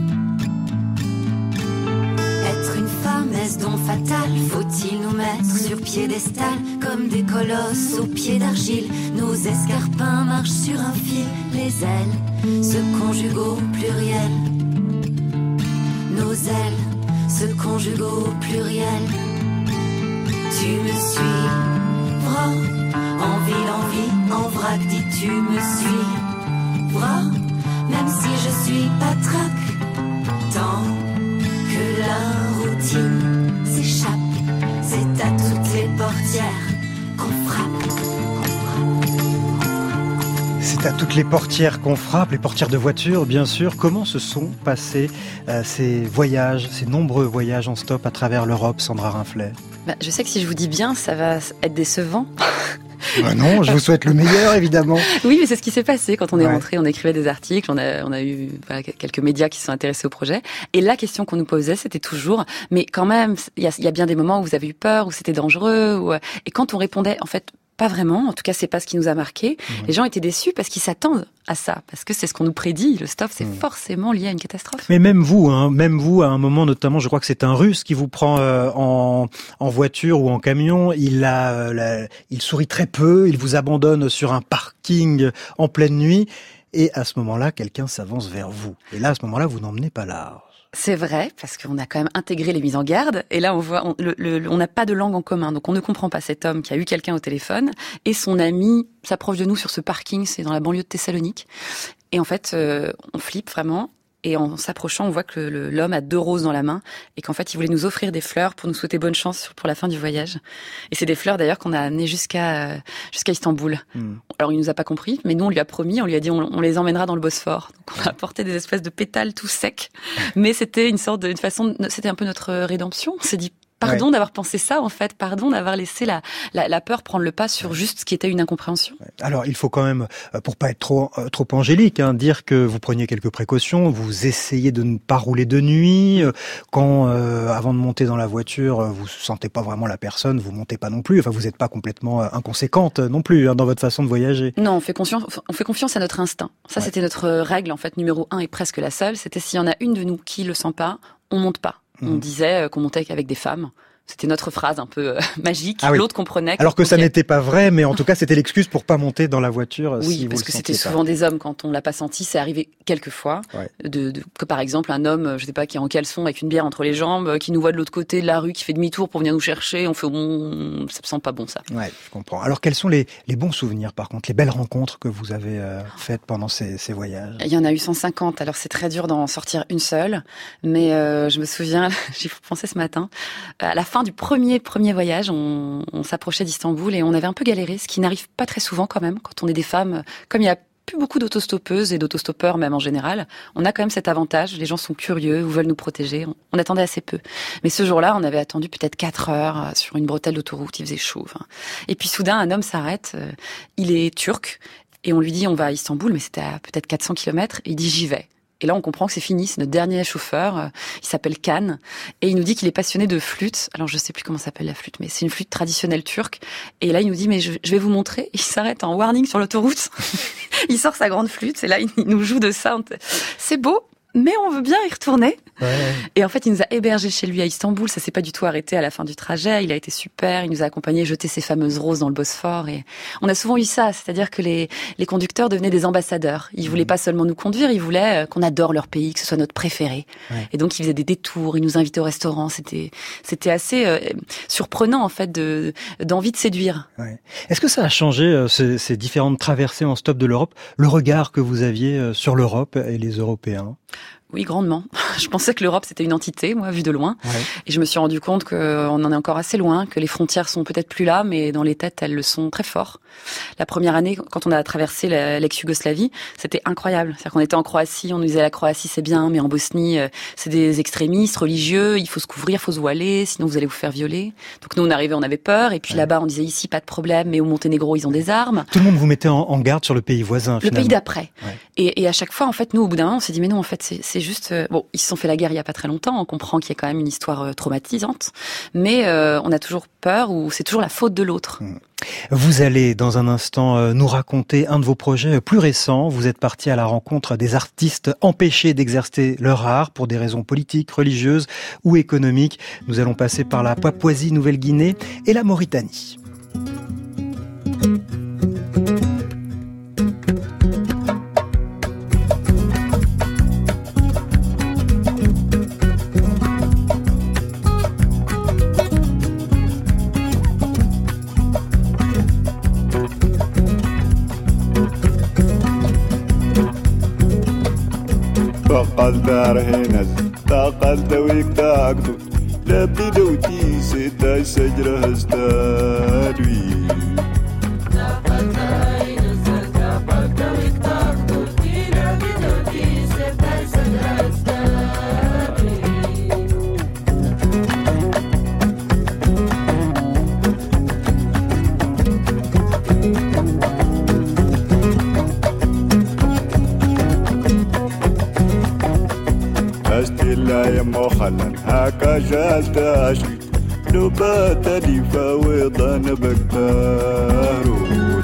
Être une femme, est-ce donc fatal? Faut-il nous mettre sur piédestal comme des colosses aux pieds d'argile? Nos escarpins marchent sur un fil, les ailes se conjuguent au pluriel. Nos ailes se conjuguent au pluriel. Tu me suivras, en ville, en vie, en vrac, dis tu me suivras, même si je suis patraque, tant que la routine s'échappe, c'est à toutes les portières qu'on frappe. C'est à toutes les portières qu'on frappe, les portières de voiture, bien sûr. Comment se sont passés euh, ces voyages, ces nombreux voyages en stop à travers l'Europe, Sandra Rinflet? Bah, je sais que si je vous dis bien, ça va être décevant. Bah non, je vous souhaite le meilleur, évidemment. Oui, mais c'est ce qui s'est passé quand on est ouais. rentré. On écrivait des articles, on a, on a eu voilà, quelques médias qui se sont intéressés au projet. Et la question qu'on nous posait, c'était toujours, mais quand même, il y a, y a bien des moments où vous avez eu peur, où c'était dangereux. Où... Et quand on répondait, en fait, pas vraiment. En tout cas, c'est pas ce qui nous a marqué. Mmh. Les gens étaient déçus parce qu'ils s'attendent à ça, parce que c'est ce qu'on nous prédit. Le stop, c'est mmh. forcément lié à une catastrophe. Mais même vous, hein, même vous, à un moment notamment, je crois que c'est un Russe qui vous prend euh, en, en voiture ou en camion. Il a, euh, la, il sourit très peu. Il vous abandonne sur un parking en pleine nuit. Et à ce moment-là, quelqu'un s'avance vers vous. Et là, à ce moment-là, vous n'emmenez pas large. C'est vrai, parce qu'on a quand même intégré les mises en garde. Et là, on voit, on le, le, on n'a pas de langue en commun. Donc, on ne comprend pas cet homme qui a eu quelqu'un au téléphone. Et son ami s'approche de nous sur ce parking. C'est dans la banlieue de Thessalonique. Et en fait, euh, on flippe vraiment. Et en s'approchant, on voit que le, l'homme a deux roses dans la main et qu'en fait, il voulait nous offrir des fleurs pour nous souhaiter bonne chance pour la fin du voyage. Et c'est des fleurs d'ailleurs qu'on a amenées jusqu'à jusqu'à Istanbul. Mmh. Alors, il nous a pas compris, mais nous, on lui a promis, on lui a dit, on, on les emmènera dans le Bosphore. Donc, on a apporté des espèces de pétales tout secs. Mais c'était une sorte de, une façon, de, c'était un peu notre rédemption. On s'est dit, pardon ouais. d'avoir pensé ça, en fait. Pardon d'avoir laissé la, la, la peur prendre le pas sur juste ce qui était une incompréhension. Alors, il faut quand même, pour pas être trop, trop angélique, hein, dire que vous preniez quelques précautions. Vous essayez de ne pas rouler de nuit. Quand, euh, avant de monter dans la voiture, vous sentez pas vraiment la personne, vous montez pas non plus. Enfin, vous n'êtes pas complètement inconséquente non plus hein, dans votre façon de voyager. Non, on fait confiance, on fait confiance à notre instinct. Ça, ouais. c'était notre règle, en fait, numéro un et presque la seule. C'était s'il y en a une de nous qui le sent pas, on monte pas. On disait qu'on montait avec des femmes. C'était notre phrase un peu euh, magique. Ah oui. L'autre comprenait. Alors que ça n'était pas vrai, mais en tout cas, c'était l'excuse pour pas monter dans la voiture. Oui, si parce vous que le c'était pas. souvent des hommes quand on l'a pas senti. C'est arrivé quelques fois. Ouais. De, de, que par exemple, un homme, je sais pas, qui est en caleçon avec une bière entre les jambes, qui nous voit de l'autre côté de la rue, qui fait demi-tour pour venir nous chercher. On fait, bon, ça me sent pas bon, ça. Ouais, je comprends. Alors, quels sont les, les bons souvenirs, par contre, les belles rencontres que vous avez euh, faites pendant ces, ces voyages? Il y en a eu cent cinquante. Alors, c'est très dur d'en sortir une seule. Mais euh, je me souviens, j'y pensais ce matin, à la fin fin du premier premier voyage, on, on s'approchait d'Istanbul et on avait un peu galéré, ce qui n'arrive pas très souvent quand même quand on est des femmes. Comme il y a plus beaucoup d'autostoppeuses et d'autostoppeurs même en général, on a quand même cet avantage. Les gens sont curieux ou veulent nous protéger. On, on attendait assez peu. Mais ce jour-là, on avait attendu peut-être quatre heures sur une bretelle d'autoroute. Il faisait chaud. Enfin. Et puis soudain, un homme s'arrête. Euh, il est turc et on lui dit on va à Istanbul, mais c'était à peut-être quatre cents kilomètres. Et il dit j'y vais. Et là, on comprend que c'est fini, c'est notre dernier chauffeur, il s'appelle Kan, et il nous dit qu'il est passionné de flûte. Alors, je sais plus comment s'appelle la flûte, mais c'est une flûte traditionnelle turque. Et là, il nous dit, mais je, je vais vous montrer. Il s'arrête en warning sur l'autoroute. Il sort sa grande flûte, et là, il nous joue de ça. C'est beau, mais on veut bien y retourner. Ouais. Et en fait, il nous a hébergés chez lui à Istanbul. Ça s'est pas du tout arrêté à la fin du trajet. Il a été super. Il nous a accompagnés jeter ses fameuses roses dans le Bosphore. Et on a souvent eu ça, c'est-à-dire que les, les conducteurs devenaient des ambassadeurs. Ils mmh. voulaient pas seulement nous conduire, ils voulaient qu'on adore leur pays, que ce soit notre préféré. Ouais. Et donc, ils faisaient des détours. Ils nous invitaient au restaurant. C'était, c'était assez euh, surprenant en fait de d'envie de séduire. Ouais. Est-ce que ça a changé euh, ces, ces différentes traversées en stop de l'Europe, le regard que vous aviez euh, sur l'Europe et les Européens? Oui, grandement. Je pensais que l'Europe, c'était une entité, moi, vue de loin. Ouais. Et je me suis rendu compte qu'on en est encore assez loin, que les frontières sont peut-être plus là, mais dans les têtes, elles le sont très fort. La première année, quand on a traversé l'ex-Yougoslavie, c'était incroyable. C'est-à-dire qu'on était en Croatie, on nous disait la Croatie, c'est bien, mais en Bosnie, c'est des extrémistes religieux, il faut se couvrir, il faut se voiler, sinon vous allez vous faire violer. Donc nous, on arrivait, on avait peur. Et puis ouais. là-bas, on disait ici, pas de problème, mais au Monténégro, ils ont des armes. Tout le monde vous mettait en, en garde sur le pays voisin, le finalement. pays d'après. Ouais. Et, et à chaque fois, en fait, nous, au bout d'un moment, on s'est dit, mais non, en fait, c'est, c'est juste... Euh, bon, ils se sont fait la guerre il y a pas très longtemps, on comprend qu'il y a quand même une histoire euh, traumatisante, mais euh, on a toujours peur ou c'est toujours la faute de l'autre. Vous allez, dans un instant, euh, nous raconter un de vos projets plus récents. Vous êtes parti à la rencontre des artistes empêchés d'exercer leur art pour des raisons politiques, religieuses ou économiques. Nous allons passer par la Papouasie-Nouvelle-Guinée et la Mauritanie. تقل دار هنا تقل دويك تاكدو لبي دوتي سيتا سجرة هستادوي تقل دارين تقل دويك تاكدو لبي دوتي سيتا سجرة هستادوي لا يا مخلن هكا جال تاشري نبات لي فوضان بكتارو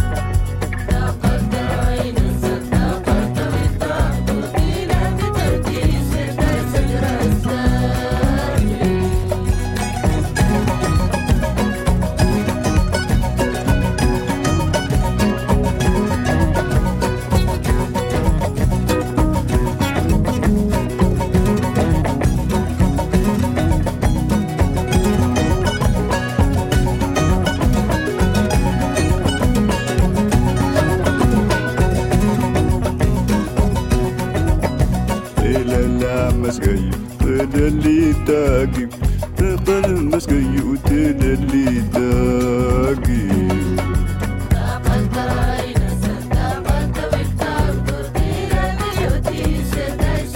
اللي تاقي تقل مسكي وتل اللي تاقي تقل تراين تقل تويك تاقو تيلا بيوتي ستاي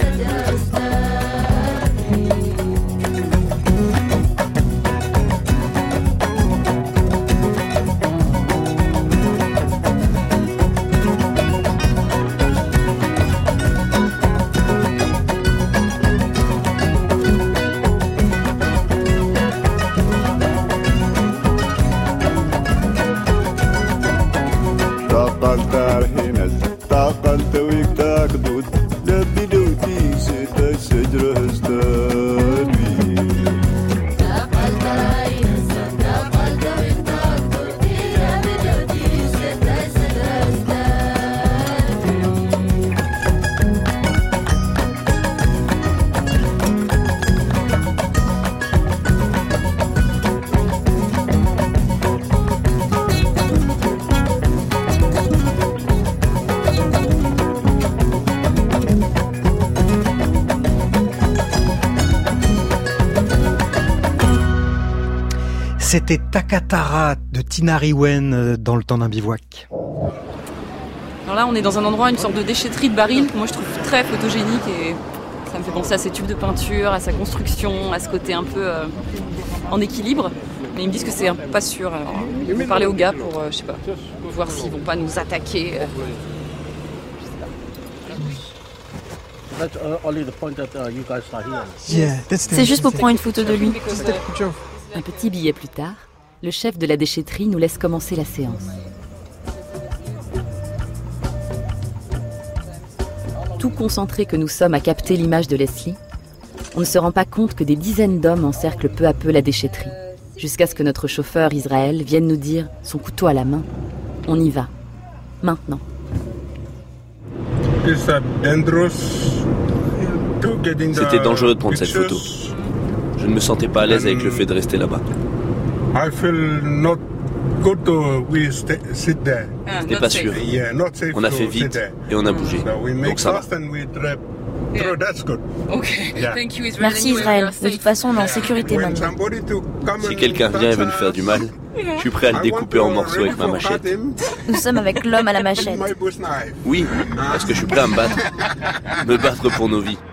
C'était Takatara de Tinariwen dans le temps d'un bivouac. Alors là, on est dans un endroit, une sorte de déchetterie de barils que moi je trouve très photogénique et ça me fait penser à ces tubes de peinture, à sa construction, à ce côté un peu euh, en équilibre. Mais ils me disent que c'est pas sûr. Alors, je vais parler aux gars pour, euh, je sais pas, pour voir s'ils vont pas nous attaquer. Euh. C'est juste pour prendre une photo de lui. Un petit billet plus tard, le chef de la déchetterie nous laisse commencer la séance. Tout concentré que nous sommes à capter l'image de Leslie, on ne se rend pas compte que des dizaines d'hommes encerclent peu à peu la déchetterie, jusqu'à ce que notre chauffeur Israël vienne nous dire, son couteau à la main, on y va, maintenant. C'était dangereux de prendre cette photo. Je ne me sentais pas à l'aise avec le fait de rester là-bas. C'était pas sûr. On a fait vite et on a bougé. Donc ça va. Merci Israël. De toute façon, on est en sécurité maintenant. Si quelqu'un vient et veut nous faire du mal, je suis prêt à le découper en morceaux avec ma machette. Nous sommes avec l'homme à la machette. Oui, parce que je suis prêt à me battre. Me battre pour nos vies.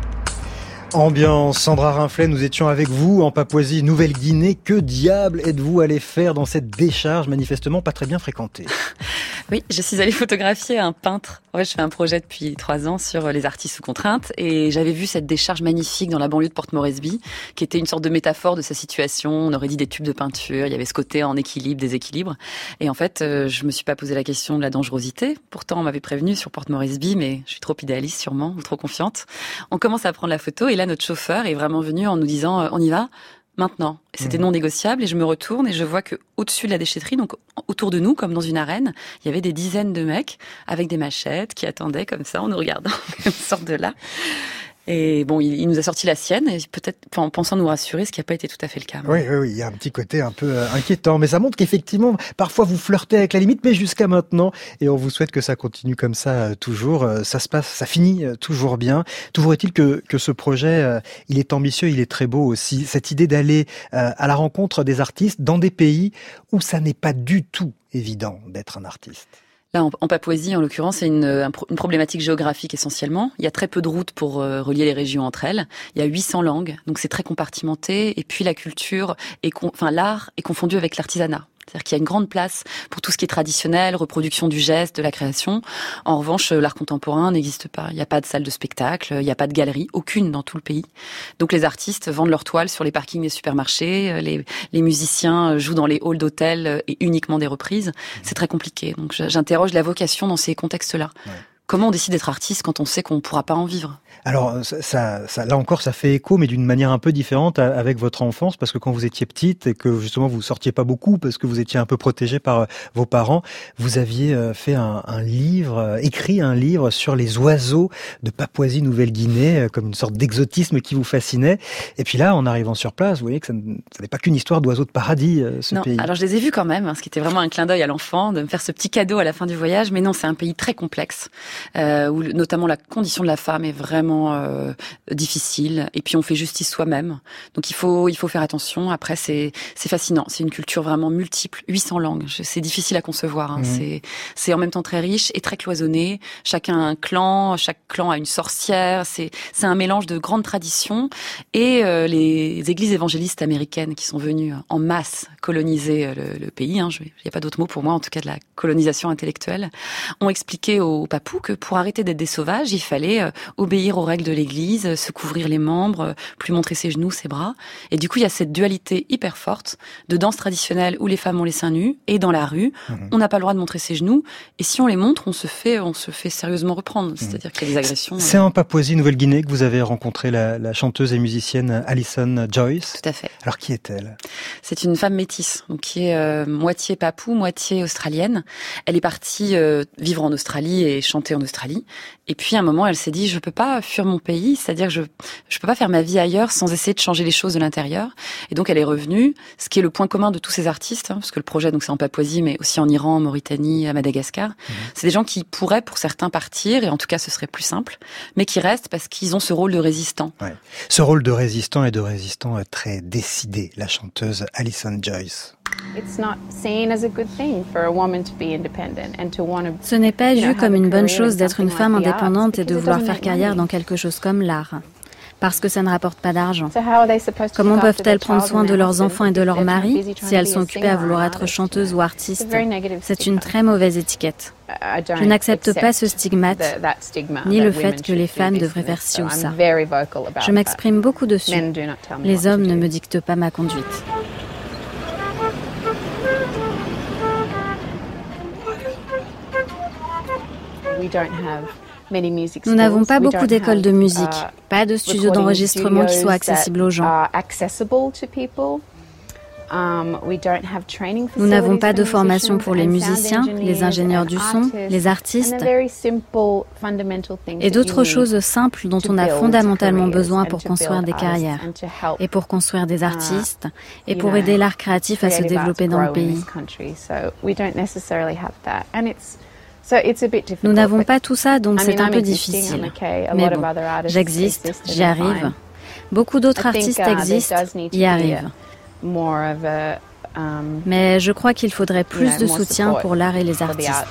Ambiance, Sandra Rinflet, nous étions avec vous en Papouasie Nouvelle-Guinée. Que diable êtes-vous allé faire dans cette décharge manifestement pas très bien fréquentée? Oui, je suis allée photographier un peintre. Ouais, je fais un projet depuis trois ans sur les artistes sous contrainte et j'avais vu cette décharge magnifique dans la banlieue de Port Moresby qui était une sorte de métaphore de sa situation. On aurait dit des tubes de peinture, il y avait ce côté en équilibre, déséquilibre. Et en fait, euh, je me suis pas posé la question de la dangerosité. Pourtant, on m'avait prévenu sur Port Moresby, mais je suis trop idéaliste sûrement ou trop confiante. On commence à prendre la photo et là, notre chauffeur est vraiment venu en nous disant euh, « on y va ?» Maintenant. C'était non négociable et je me retourne et je vois que au-dessus de la déchetterie, donc autour de nous, comme dans une arène, il y avait des dizaines de mecs avec des machettes qui attendaient comme ça en nous regardant, comme sorte de là. Et bon, il, il nous a sorti la sienne, et peut-être en pensant nous rassurer, ce qui n'a pas été tout à fait le cas. Oui, oui, oui, il y a un petit côté un peu euh, inquiétant, mais ça montre qu'effectivement, parfois vous flirtez avec la limite, mais jusqu'à maintenant, et on vous souhaite que ça continue comme ça euh, toujours. Euh, ça se passe, ça finit euh, toujours bien. Toujours est-il que que ce projet, euh, il est ambitieux, il est très beau aussi. Cette idée d'aller euh, à la rencontre des artistes dans des pays où ça n'est pas du tout évident d'être un artiste. Là, en, en Papouasie, en l'occurrence, c'est une, une problématique géographique essentiellement. Il y a très peu de routes pour euh, relier les régions entre elles. Il y a huit cents langues, donc c'est très compartimenté. Et puis la culture, est con, enfin l'art est confondu avec l'artisanat. C'est-à-dire qu'il y a une grande place pour tout ce qui est traditionnel, reproduction du geste, de la création. En revanche, l'art contemporain n'existe pas. Il n'y a pas de salle de spectacle, il n'y a pas de galerie, aucune dans tout le pays. Donc les artistes vendent leurs toiles sur les parkings des supermarchés, les, les musiciens jouent dans les halls d'hôtels et uniquement des reprises. C'est très compliqué. Donc j'interroge la vocation dans ces contextes-là. Ouais. Comment on décide d'être artiste quand on sait qu'on ne pourra pas en vivre? Alors, ça, ça, là encore, ça fait écho, mais d'une manière un peu différente avec votre enfance, parce que quand vous étiez petite et que justement vous sortiez pas beaucoup, parce que vous étiez un peu protégée par vos parents, vous aviez fait un, un livre, écrit un livre sur les oiseaux de Papouasie-Nouvelle-Guinée, comme une sorte d'exotisme qui vous fascinait. Et puis là, en arrivant sur place, vous voyez que ça n'est pas qu'une histoire d'oiseaux de paradis, ce non, pays. Alors je les ai vus quand même, ce qui était vraiment un clin d'œil à l'enfant, de me faire ce petit cadeau à la fin du voyage. Mais non, c'est un pays très complexe. Euh, où notamment la condition de la femme est vraiment euh, difficile, et puis on fait justice soi-même. Donc il faut il faut faire attention. Après c'est c'est fascinant, c'est une culture vraiment multiple, huit cents langues. C'est difficile à concevoir. Hein. Mmh. C'est c'est en même temps très riche et très cloisonné. Chacun a un clan, chaque clan a une sorcière. C'est c'est un mélange de grandes traditions et euh, les églises évangélistes américaines qui sont venues en masse coloniser le, le pays. Hein, il n'y a pas d'autre mot pour moi, en tout cas de la colonisation intellectuelle, ont expliqué aux Papous que pour arrêter d'être des sauvages, il fallait euh, obéir aux règles de l'église, euh, se couvrir les membres, euh, plus montrer ses genoux, ses bras. Et du coup, il y a cette dualité hyper forte de danse traditionnelle où les femmes ont les seins nus et dans la rue, mmh. on n'a pas le droit de montrer ses genoux. Et si on les montre, on se fait, on se fait sérieusement reprendre. C'est-à-dire mmh. qu'il y a des agressions. C'est euh... en Papouasie-Nouvelle-Guinée que vous avez rencontré la, la chanteuse et musicienne Alison Joyce. Tout à fait. Alors qui est-elle? C'est une femme métisse, donc qui est euh, moitié papou, moitié australienne. Elle est partie euh, vivre en Australie et chanter en en Australie. Et puis, à un moment, elle s'est dit, je peux pas fuir mon pays, c'est-à-dire que je je peux pas faire ma vie ailleurs sans essayer de changer les choses de l'intérieur. Et donc, elle est revenue, ce qui est le point commun de tous ces artistes, hein, parce que le projet, donc, c'est en Papouasie, mais aussi en Iran, en Mauritanie, à Madagascar. Mmh. C'est des gens qui pourraient, pour certains, partir, et en tout cas, ce serait plus simple, mais qui restent parce qu'ils ont ce rôle de résistant. Ouais. Ce rôle de résistant et de résistant très décidé, la chanteuse Alison Joyce. Ce n'est pas vu comme une bonne chose d'être une femme indépendante et de vouloir faire carrière dans quelque chose comme l'art. Parce que ça ne rapporte pas d'argent. Comment peuvent-elles prendre soin de leurs enfants et de leur mari si elles sont occupées à vouloir être chanteuses ou artistes? C'est une très mauvaise étiquette. Je n'accepte pas ce stigmate, ni le fait que les femmes devraient faire ci ou ça. Je m'exprime beaucoup dessus. Les hommes ne me dictent pas ma conduite. Nous n'avons pas beaucoup d'écoles de musique, pas de studios d'enregistrement qui soient accessibles aux gens. Nous n'avons pas de formation pour les musiciens, les ingénieurs du son, les artistes et d'autres choses simples dont on a fondamentalement besoin pour construire des carrières et pour construire des artistes et pour aider l'art créatif à se développer dans le pays. Nous n'avons pas tout ça, donc c'est un peu difficile. Mais bon, j'existe, j'y arrive. Beaucoup d'autres artistes existent, y arrivent. Mais je crois qu'il faudrait plus de soutien pour l'art et les artistes.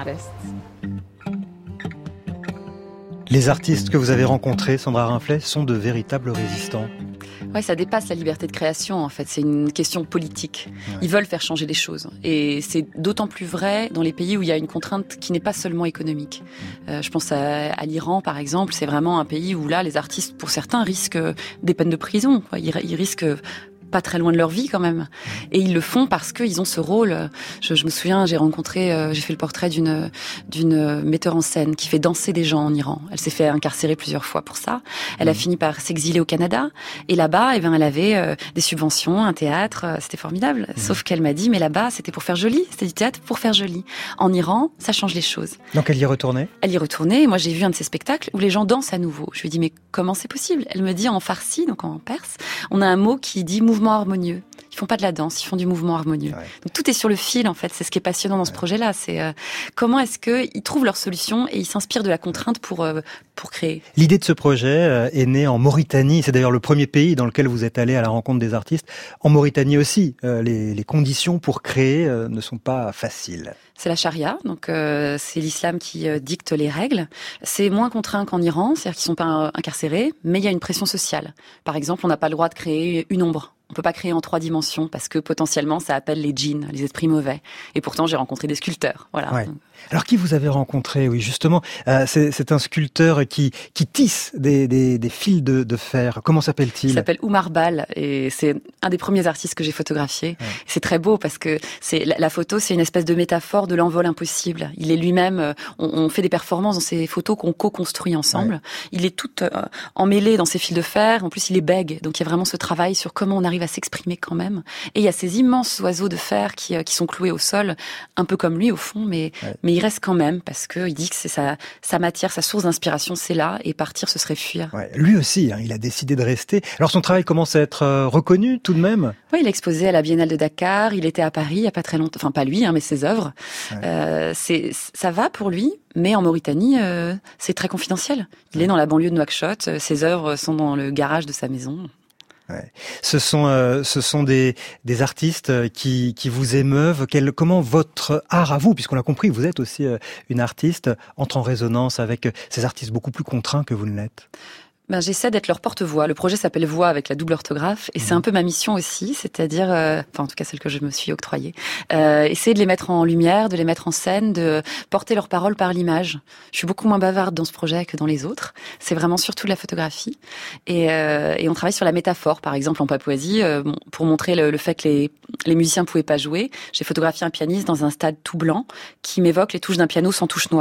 Les artistes que vous avez rencontrés, Sandra Rinflet, sont de véritables résistants. Ouais, ça dépasse la liberté de création, en fait. C'est une question politique. Ouais. Ils veulent faire changer les choses. Et c'est d'autant plus vrai dans les pays où il y a une contrainte qui n'est pas seulement économique. Euh, je pense à, à l'Iran, par exemple. C'est vraiment un pays où là, les artistes, pour certains, risquent des peines de prison. Ils, ils risquent pas très loin de leur vie quand même. Et ils le font parce qu'ils ont ce rôle. Je, je me souviens, j'ai rencontré, euh, j'ai fait le portrait d'une d'une metteur en scène qui fait danser des gens en Iran. Elle s'est fait incarcérer plusieurs fois pour ça. Elle a fini par s'exiler au Canada. Et là-bas, eh ben, elle avait euh, des subventions, un théâtre. Euh, c'était formidable. Mmh. Sauf qu'elle m'a dit, mais là-bas, c'était pour faire joli. C'était du théâtre pour faire joli. En Iran, ça change les choses. Donc elle y est retournée ? Elle y est retournée. Et moi, j'ai vu un de ses spectacles où les gens dansent à nouveau. Je lui ai dit, mais comment c'est possible ? Elle me dit en farsi, donc en perse, on a un mot qui dit mouvement harmonieux. Ils font pas de la danse, ils font du mouvement harmonieux. Ouais. Donc tout est sur le fil en fait, c'est ce qui est passionnant dans ce ouais. projet-là, c'est euh, comment est-ce que ils trouvent leur solution et ils s'inspirent de la contrainte pour euh, pour créer. L'idée de ce projet euh, est née en Mauritanie, c'est d'ailleurs le premier pays dans lequel vous êtes allé à la rencontre des artistes. En Mauritanie aussi, euh, les les conditions pour créer euh, ne sont pas faciles. C'est la charia, donc euh, c'est l'islam qui euh, dicte les règles. C'est moins contraint qu'en Iran, c'est-à-dire qu'ils sont pas incarcérés, mais il y a une pression sociale. Par exemple, on n'a pas le droit de créer une ombre. On peut pas créer en trois dimensions parce que potentiellement ça appelle les djinns, les esprits mauvais. Et pourtant j'ai rencontré des sculpteurs. Voilà. Ouais. Alors qui vous avez rencontré ? Oui, justement, euh, c'est, c'est un sculpteur qui qui tisse des des, des fils de, de fer. Comment s'appelle-t-il ? Il s'appelle Oumar Bal et c'est un des premiers artistes que j'ai photographié. Ouais. C'est très beau parce que c'est la, la photo, c'est une espèce de métaphore de l'envol impossible. Il est lui-même. On, on fait des performances dans ces photos qu'on co-construit ensemble. Ouais. Il est tout euh, emmêlé dans ses fils de fer. En plus, il est bègue. Donc il y a vraiment ce travail sur comment on arrive à s'exprimer quand même. Et il y a ces immenses oiseaux de fer qui, qui sont cloués au sol, un peu comme lui au fond, mais, ouais. mais il reste quand même parce qu'il dit que c'est sa, sa matière, sa source d'inspiration, c'est là, et partir, ce serait fuir. Ouais. Lui aussi, hein, il a décidé de rester. Alors son travail commence à être euh, reconnu tout de même ? Oui, il a exposé à la Biennale de Dakar, il était à Paris il n'y a pas très longtemps, enfin pas lui, hein, mais ses œuvres. Ouais. Euh, c'est, ça va pour lui. Mais en Mauritanie, euh, c'est très confidentiel. Il ouais. est dans la banlieue de Nouakchott, ses œuvres sont dans le garage de sa maison. Ouais. Ce sont euh, ce sont des des artistes qui qui vous émeuvent. Quel, comment votre art à vous, puisqu'on l'a compris, vous êtes aussi euh, une artiste, entre en résonance avec ces artistes beaucoup plus contraints que vous ne l'êtes? Ben, j'essaie d'être leur porte-voix. Le projet s'appelle Voix avec la double orthographe et mmh. c'est un peu ma mission aussi, c'est-à-dire, euh, enfin en tout cas celle que je me suis octroyée, euh, essayer de les mettre en lumière, de les mettre en scène, de porter leurs paroles par l'image. Je suis beaucoup moins bavarde dans ce projet que dans les autres. C'est vraiment surtout de la photographie et, euh, et on travaille sur la métaphore. Par exemple en Papouasie, euh, bon, pour montrer le, le fait que les, les musiciens pouvaient pas jouer, j'ai photographié un pianiste dans un stade tout blanc qui m'évoque les touches d'un piano sans touche noire.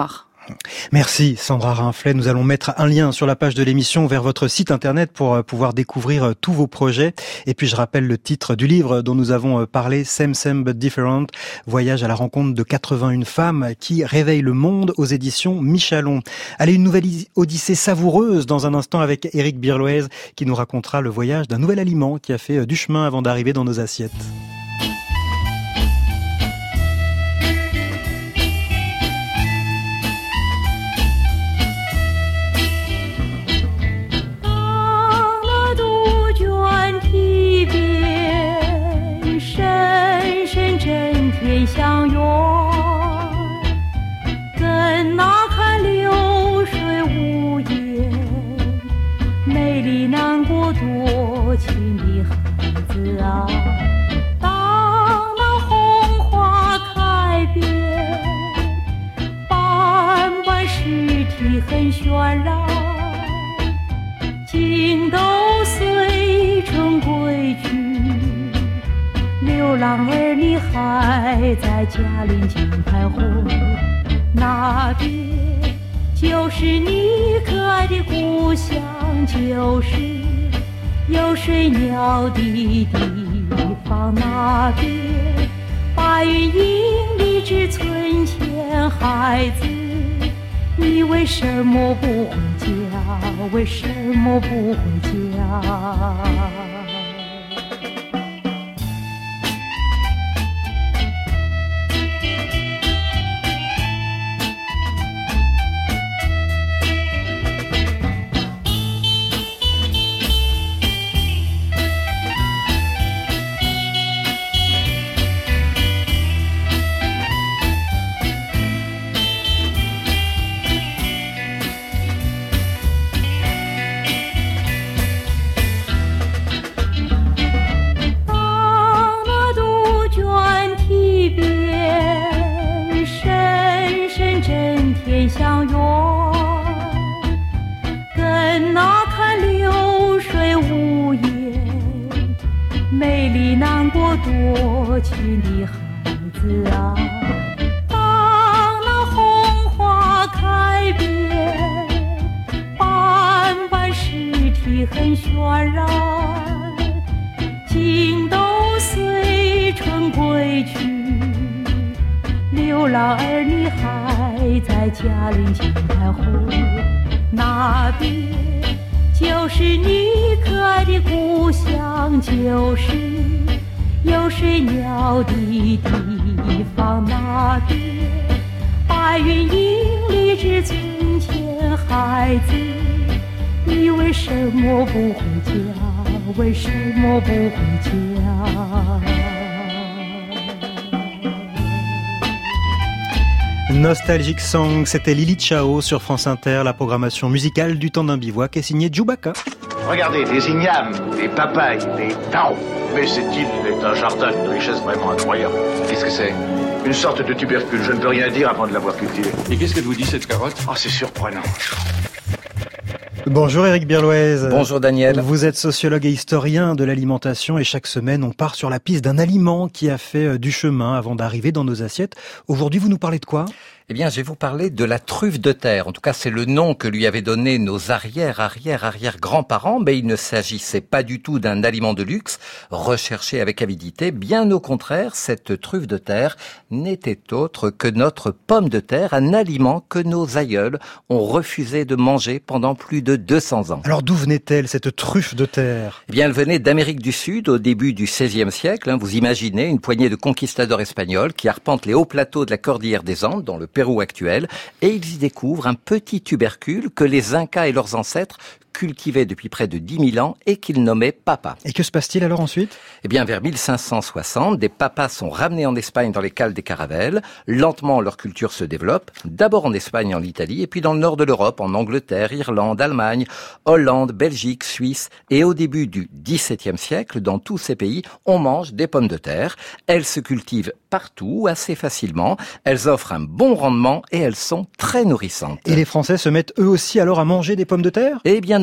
Merci Sandra Rinflet. Nous allons mettre un lien sur la page de l'émission vers votre site internet pour pouvoir découvrir tous vos projets. Et puis je rappelle le titre du livre dont nous avons parlé, Same Same But Different, voyage à la rencontre de quatre-vingt-une femmes qui réveillent le monde, aux éditions Michalon. Allez, une nouvelle odyssée savoureuse dans un instant avec Éric Birloez qui nous racontera le voyage d'un nouvel aliment qui a fait du chemin avant d'arriver dans nos assiettes. 很渲染，情都随春归去，流浪儿女还在嘉陵江徘徊，那边就是你可爱的故乡，就是有水鸟的地方，那边白云映荔枝村前，孩子你为什么不回家？为什么不回家？多情的孩子啊，当那红花开遍，斑斑尸体很渲染，情都随春归去，流浪儿女还在嘉陵江徘徊，那边就是你可爱的故乡，就是有水鸟的地方，那边白云映荔枝村前，孩子你为什么不回家？为什么不回家 Nostalgic Song, c'était Lily Chao sur France Inter, la programmation musicale du temps d'un bivouac est signée Djoubaka. Regardez, des ignames, des papayes, des taros. Mais cette île est un jardin d'une richesse vraiment incroyable. Qu'est-ce que c'est? Une sorte de tubercule, je ne peux rien dire avant de l'avoir cultivé. Et qu'est-ce que vous dit cette carotte? Oh, c'est surprenant. Bonjour Éric Birloez. Bonjour Daniel. Vous êtes sociologue et historien de l'alimentation et chaque semaine on part sur la piste d'un aliment qui a fait du chemin avant d'arriver dans nos assiettes. Aujourd'hui vous nous parlez de quoi ? Eh bien, je vais vous parler de la truffe de terre. En tout cas, c'est le nom que lui avaient donné nos arrière, arrière, arrière grands-parents, mais il ne s'agissait pas du tout d'un aliment de luxe recherché avec avidité. Bien au contraire, cette truffe de terre n'était autre que notre pomme de terre, un aliment que nos aïeuls ont refusé de manger pendant plus de deux cents ans. Alors d'où venait-elle, cette truffe de terre ? Eh bien, elle venait d'Amérique du Sud au début du seizième siècle. Vous imaginez une poignée de conquistadors espagnols qui arpentent les hauts plateaux de la cordillère des Andes, dans le Pérou actuel, et ils y découvrent un petit tubercule que les Incas et leurs ancêtres cultivaient depuis près de dix mille ans et qu'ils nommaient papa. Et que se passe-t-il alors ensuite ? Eh bien, vers mille cinq cent soixante, des papas sont ramenés en Espagne dans les cales des caravelles. Lentement, leur culture se développe, d'abord en Espagne et en Italie, et puis dans le nord de l'Europe, en Angleterre, Irlande, Allemagne, Hollande, Belgique, Suisse. Et au début du dix-septième siècle, dans tous ces pays, on mange des pommes de terre. Elles se cultivent partout, assez facilement. Elles offrent un bon rendement et elles sont très nourrissantes. Et les Français se mettent eux aussi alors à manger des pommes de terre ? Eh bien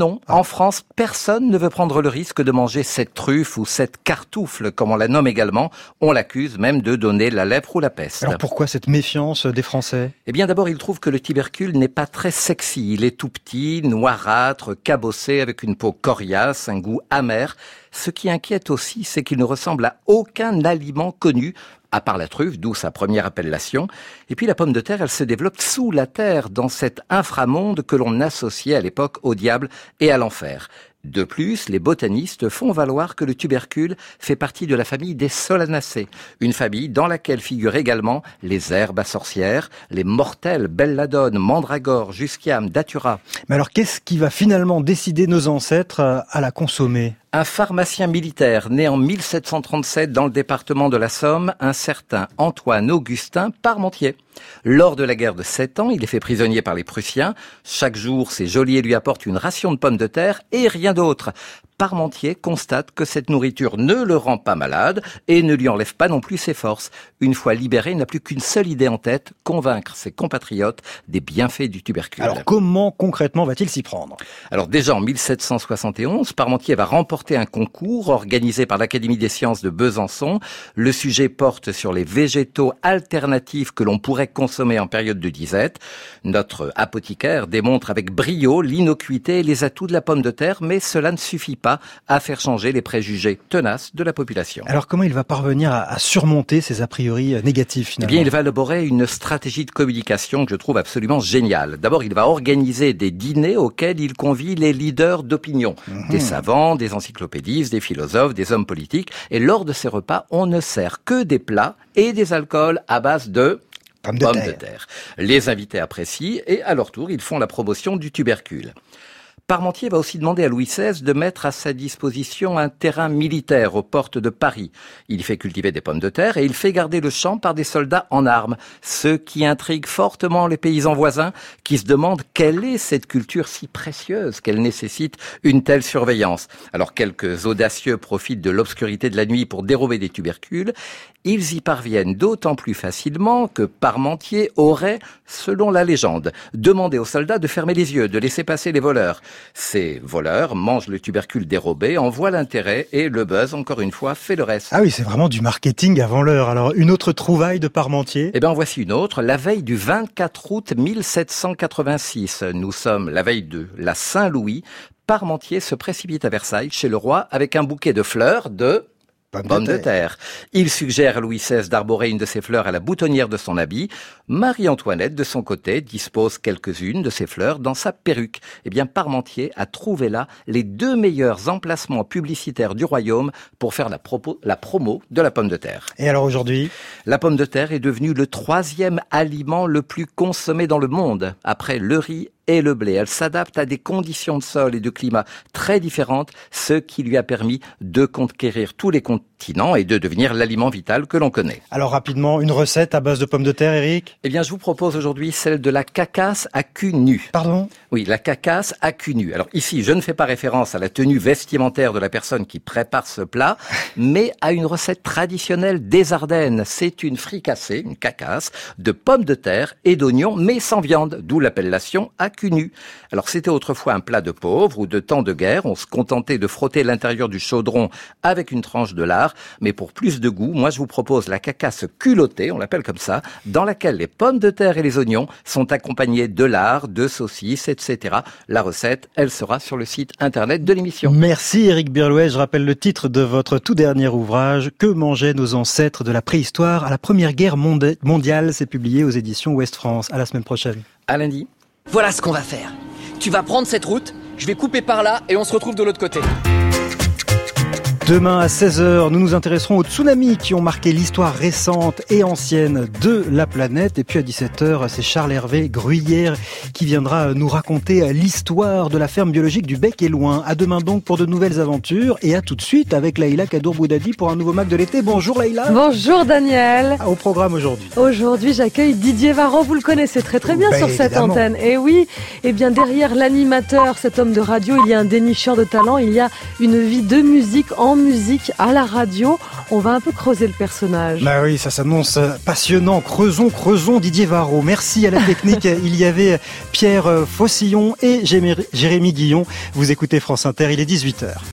non, ah. en France, personne ne veut prendre le risque de manger cette truffe ou cette cartoufle, comme on la nomme également. On l'accuse même de donner la lèpre ou la peste. Alors pourquoi cette méfiance des Français ? Eh bien d'abord, ils trouvent que le tubercule n'est pas très sexy. Il est tout petit, noirâtre, cabossé, avec une peau coriace, un goût amer. Ce qui inquiète aussi, c'est qu'il ne ressemble à aucun aliment connu, à part la truffe, d'où sa première appellation. Et puis la pomme de terre, elle se développe sous la terre, dans cet inframonde que l'on associait à l'époque au diable et à l'enfer. De plus, les botanistes font valoir que le tubercule fait partie de la famille des Solanacées, une famille dans laquelle figurent également les herbes à sorcières, les mortelles belladone, mandragore, jusquiam, datura. Mais alors qu'est-ce qui va finalement décider nos ancêtres à la consommer ? Un pharmacien militaire né en mille sept cent trente-sept dans le département de la Somme, un certain Antoine-Augustin Parmentier. Lors de la guerre de Sept Ans, il est fait prisonnier par les Prussiens. Chaque jour, ses geôliers lui apportent une ration de pommes de terre et rien d'autre. Parmentier constate que cette nourriture ne le rend pas malade et ne lui enlève pas non plus ses forces. Une fois libéré, il n'a plus qu'une seule idée en tête, convaincre ses compatriotes des bienfaits du tubercule. Alors comment concrètement va-t-il s'y prendre ? Alors déjà en mille sept cent soixante et onze, Parmentier va remporter un concours organisé par l'Académie des sciences de Besançon. Le sujet porte sur les végétaux alternatifs que l'on pourrait consommer en période de disette. Notre apothicaire démontre avec brio l'innocuité et les atouts de la pomme de terre, mais cela ne suffit pas à faire changer les préjugés tenaces de la population. Alors comment il va parvenir à, à surmonter ces a priori négatifs finalement ? Eh bien, il va élaborer une stratégie de communication que je trouve absolument géniale. D'abord, il va organiser des dîners auxquels il convie les leaders d'opinion, mmh. des savants, des encyclopédistes, des philosophes, des hommes politiques. Et lors de ces repas, on ne sert que des plats et des alcools à base de pommes de, pommes de terre. Les invités apprécient et à leur tour, ils font la promotion du tubercule. Parmentier va aussi demander à Louis seize de mettre à sa disposition un terrain militaire aux portes de Paris. Il y fait cultiver des pommes de terre et il fait garder le champ par des soldats en armes, ce qui intrigue fortement les paysans voisins qui se demandent quelle est cette culture si précieuse qu'elle nécessite une telle surveillance. Alors quelques audacieux profitent de l'obscurité de la nuit pour dérober des tubercules. Ils y parviennent d'autant plus facilement que Parmentier aurait, selon la légende, demandé aux soldats de fermer les yeux, de laisser passer les voleurs. Ces voleurs mangent le tubercule dérobé, en voient l'intérêt et le buzz, encore une fois, fait le reste. Ah oui, c'est vraiment du marketing avant l'heure. Alors, une autre trouvaille de Parmentier ? Eh bien, voici une autre. La veille du vingt-quatre août mille sept cent quatre-vingt-six, nous sommes la veille de la Saint-Louis, Parmentier se précipite à Versailles chez le roi avec un bouquet de fleurs de... Pomme, Pomme de, de terre. Il suggère à Louis seize d'arborer une de ces fleurs à la boutonnière de son habit. Marie-Antoinette, de son côté, dispose quelques-unes de ces fleurs dans sa perruque. Eh bien, Parmentier a trouvé là les deux meilleurs emplacements publicitaires du royaume pour faire la, propos, la promo de la pomme de terre. Et alors aujourd'hui ? La pomme de terre est devenue le troisième aliment le plus consommé dans le monde, après le riz et le blé. Elle s'adapte à des conditions de sol et de climat très différentes, ce qui lui a permis de conquérir tous les continents et de devenir l'aliment vital que l'on connaît. Alors rapidement, une recette à base de pommes de terre, Eric ? Eh bien, je vous propose aujourd'hui celle de la cacasse à cul nu. Pardon ? Oui, la cacasse à cul nu. Alors ici, je ne fais pas référence à la tenue vestimentaire de la personne qui prépare ce plat, mais à une recette traditionnelle des Ardennes. C'est une fricassée, une cacasse, de pommes de terre et d'oignons, mais sans viande, d'où l'appellation à cul nu. Alors c'était autrefois un plat de pauvres ou de temps de guerre. On se contentait de frotter l'intérieur du chaudron avec une tranche de lard. Mais pour plus de goût, moi je vous propose la cacasse culottée, on l'appelle comme ça, dans laquelle les pommes de terre et les oignons sont accompagnés de lard, de saucisses, et cetera. La recette, elle sera sur le site internet de l'émission. Merci Éric Birlouet. Je rappelle le titre de votre tout dernier ouvrage, Que mangeaient nos ancêtres de la préhistoire à la Première Guerre mondiale. C'est publié aux éditions Ouest France. À la semaine prochaine. À lundi. Voilà ce qu'on va faire. Tu vas prendre cette route, je vais couper par là et on se retrouve de l'autre côté. Demain à seize heures, nous nous intéresserons aux tsunamis qui ont marqué l'histoire récente et ancienne de la planète. Et puis à dix-sept heures, c'est Charles-Hervé Gruyère qui viendra nous raconter l'histoire de la ferme biologique du Bec et Loin. À demain donc pour de nouvelles aventures et à tout de suite avec Laïla Kadour-Boudadi pour un nouveau Mac de l'été. Bonjour Laïla. Bonjour Daniel. Au programme aujourd'hui. Aujourd'hui, j'accueille Didier Varro. Vous le connaissez très très bien ben, sur cette évidemment. Antenne. Et oui, et bien derrière l'animateur, cet homme de radio, il y a un dénicheur de talent, il y a une vie de musique en en musique, à la radio. On va un peu creuser le personnage. Bah oui, ça s'annonce passionnant. Creusons, creusons Didier Varro. Merci à la technique. Il y avait Pierre Faucillon et Jérémy Guillon. Vous écoutez France Inter, il est dix-huit heures.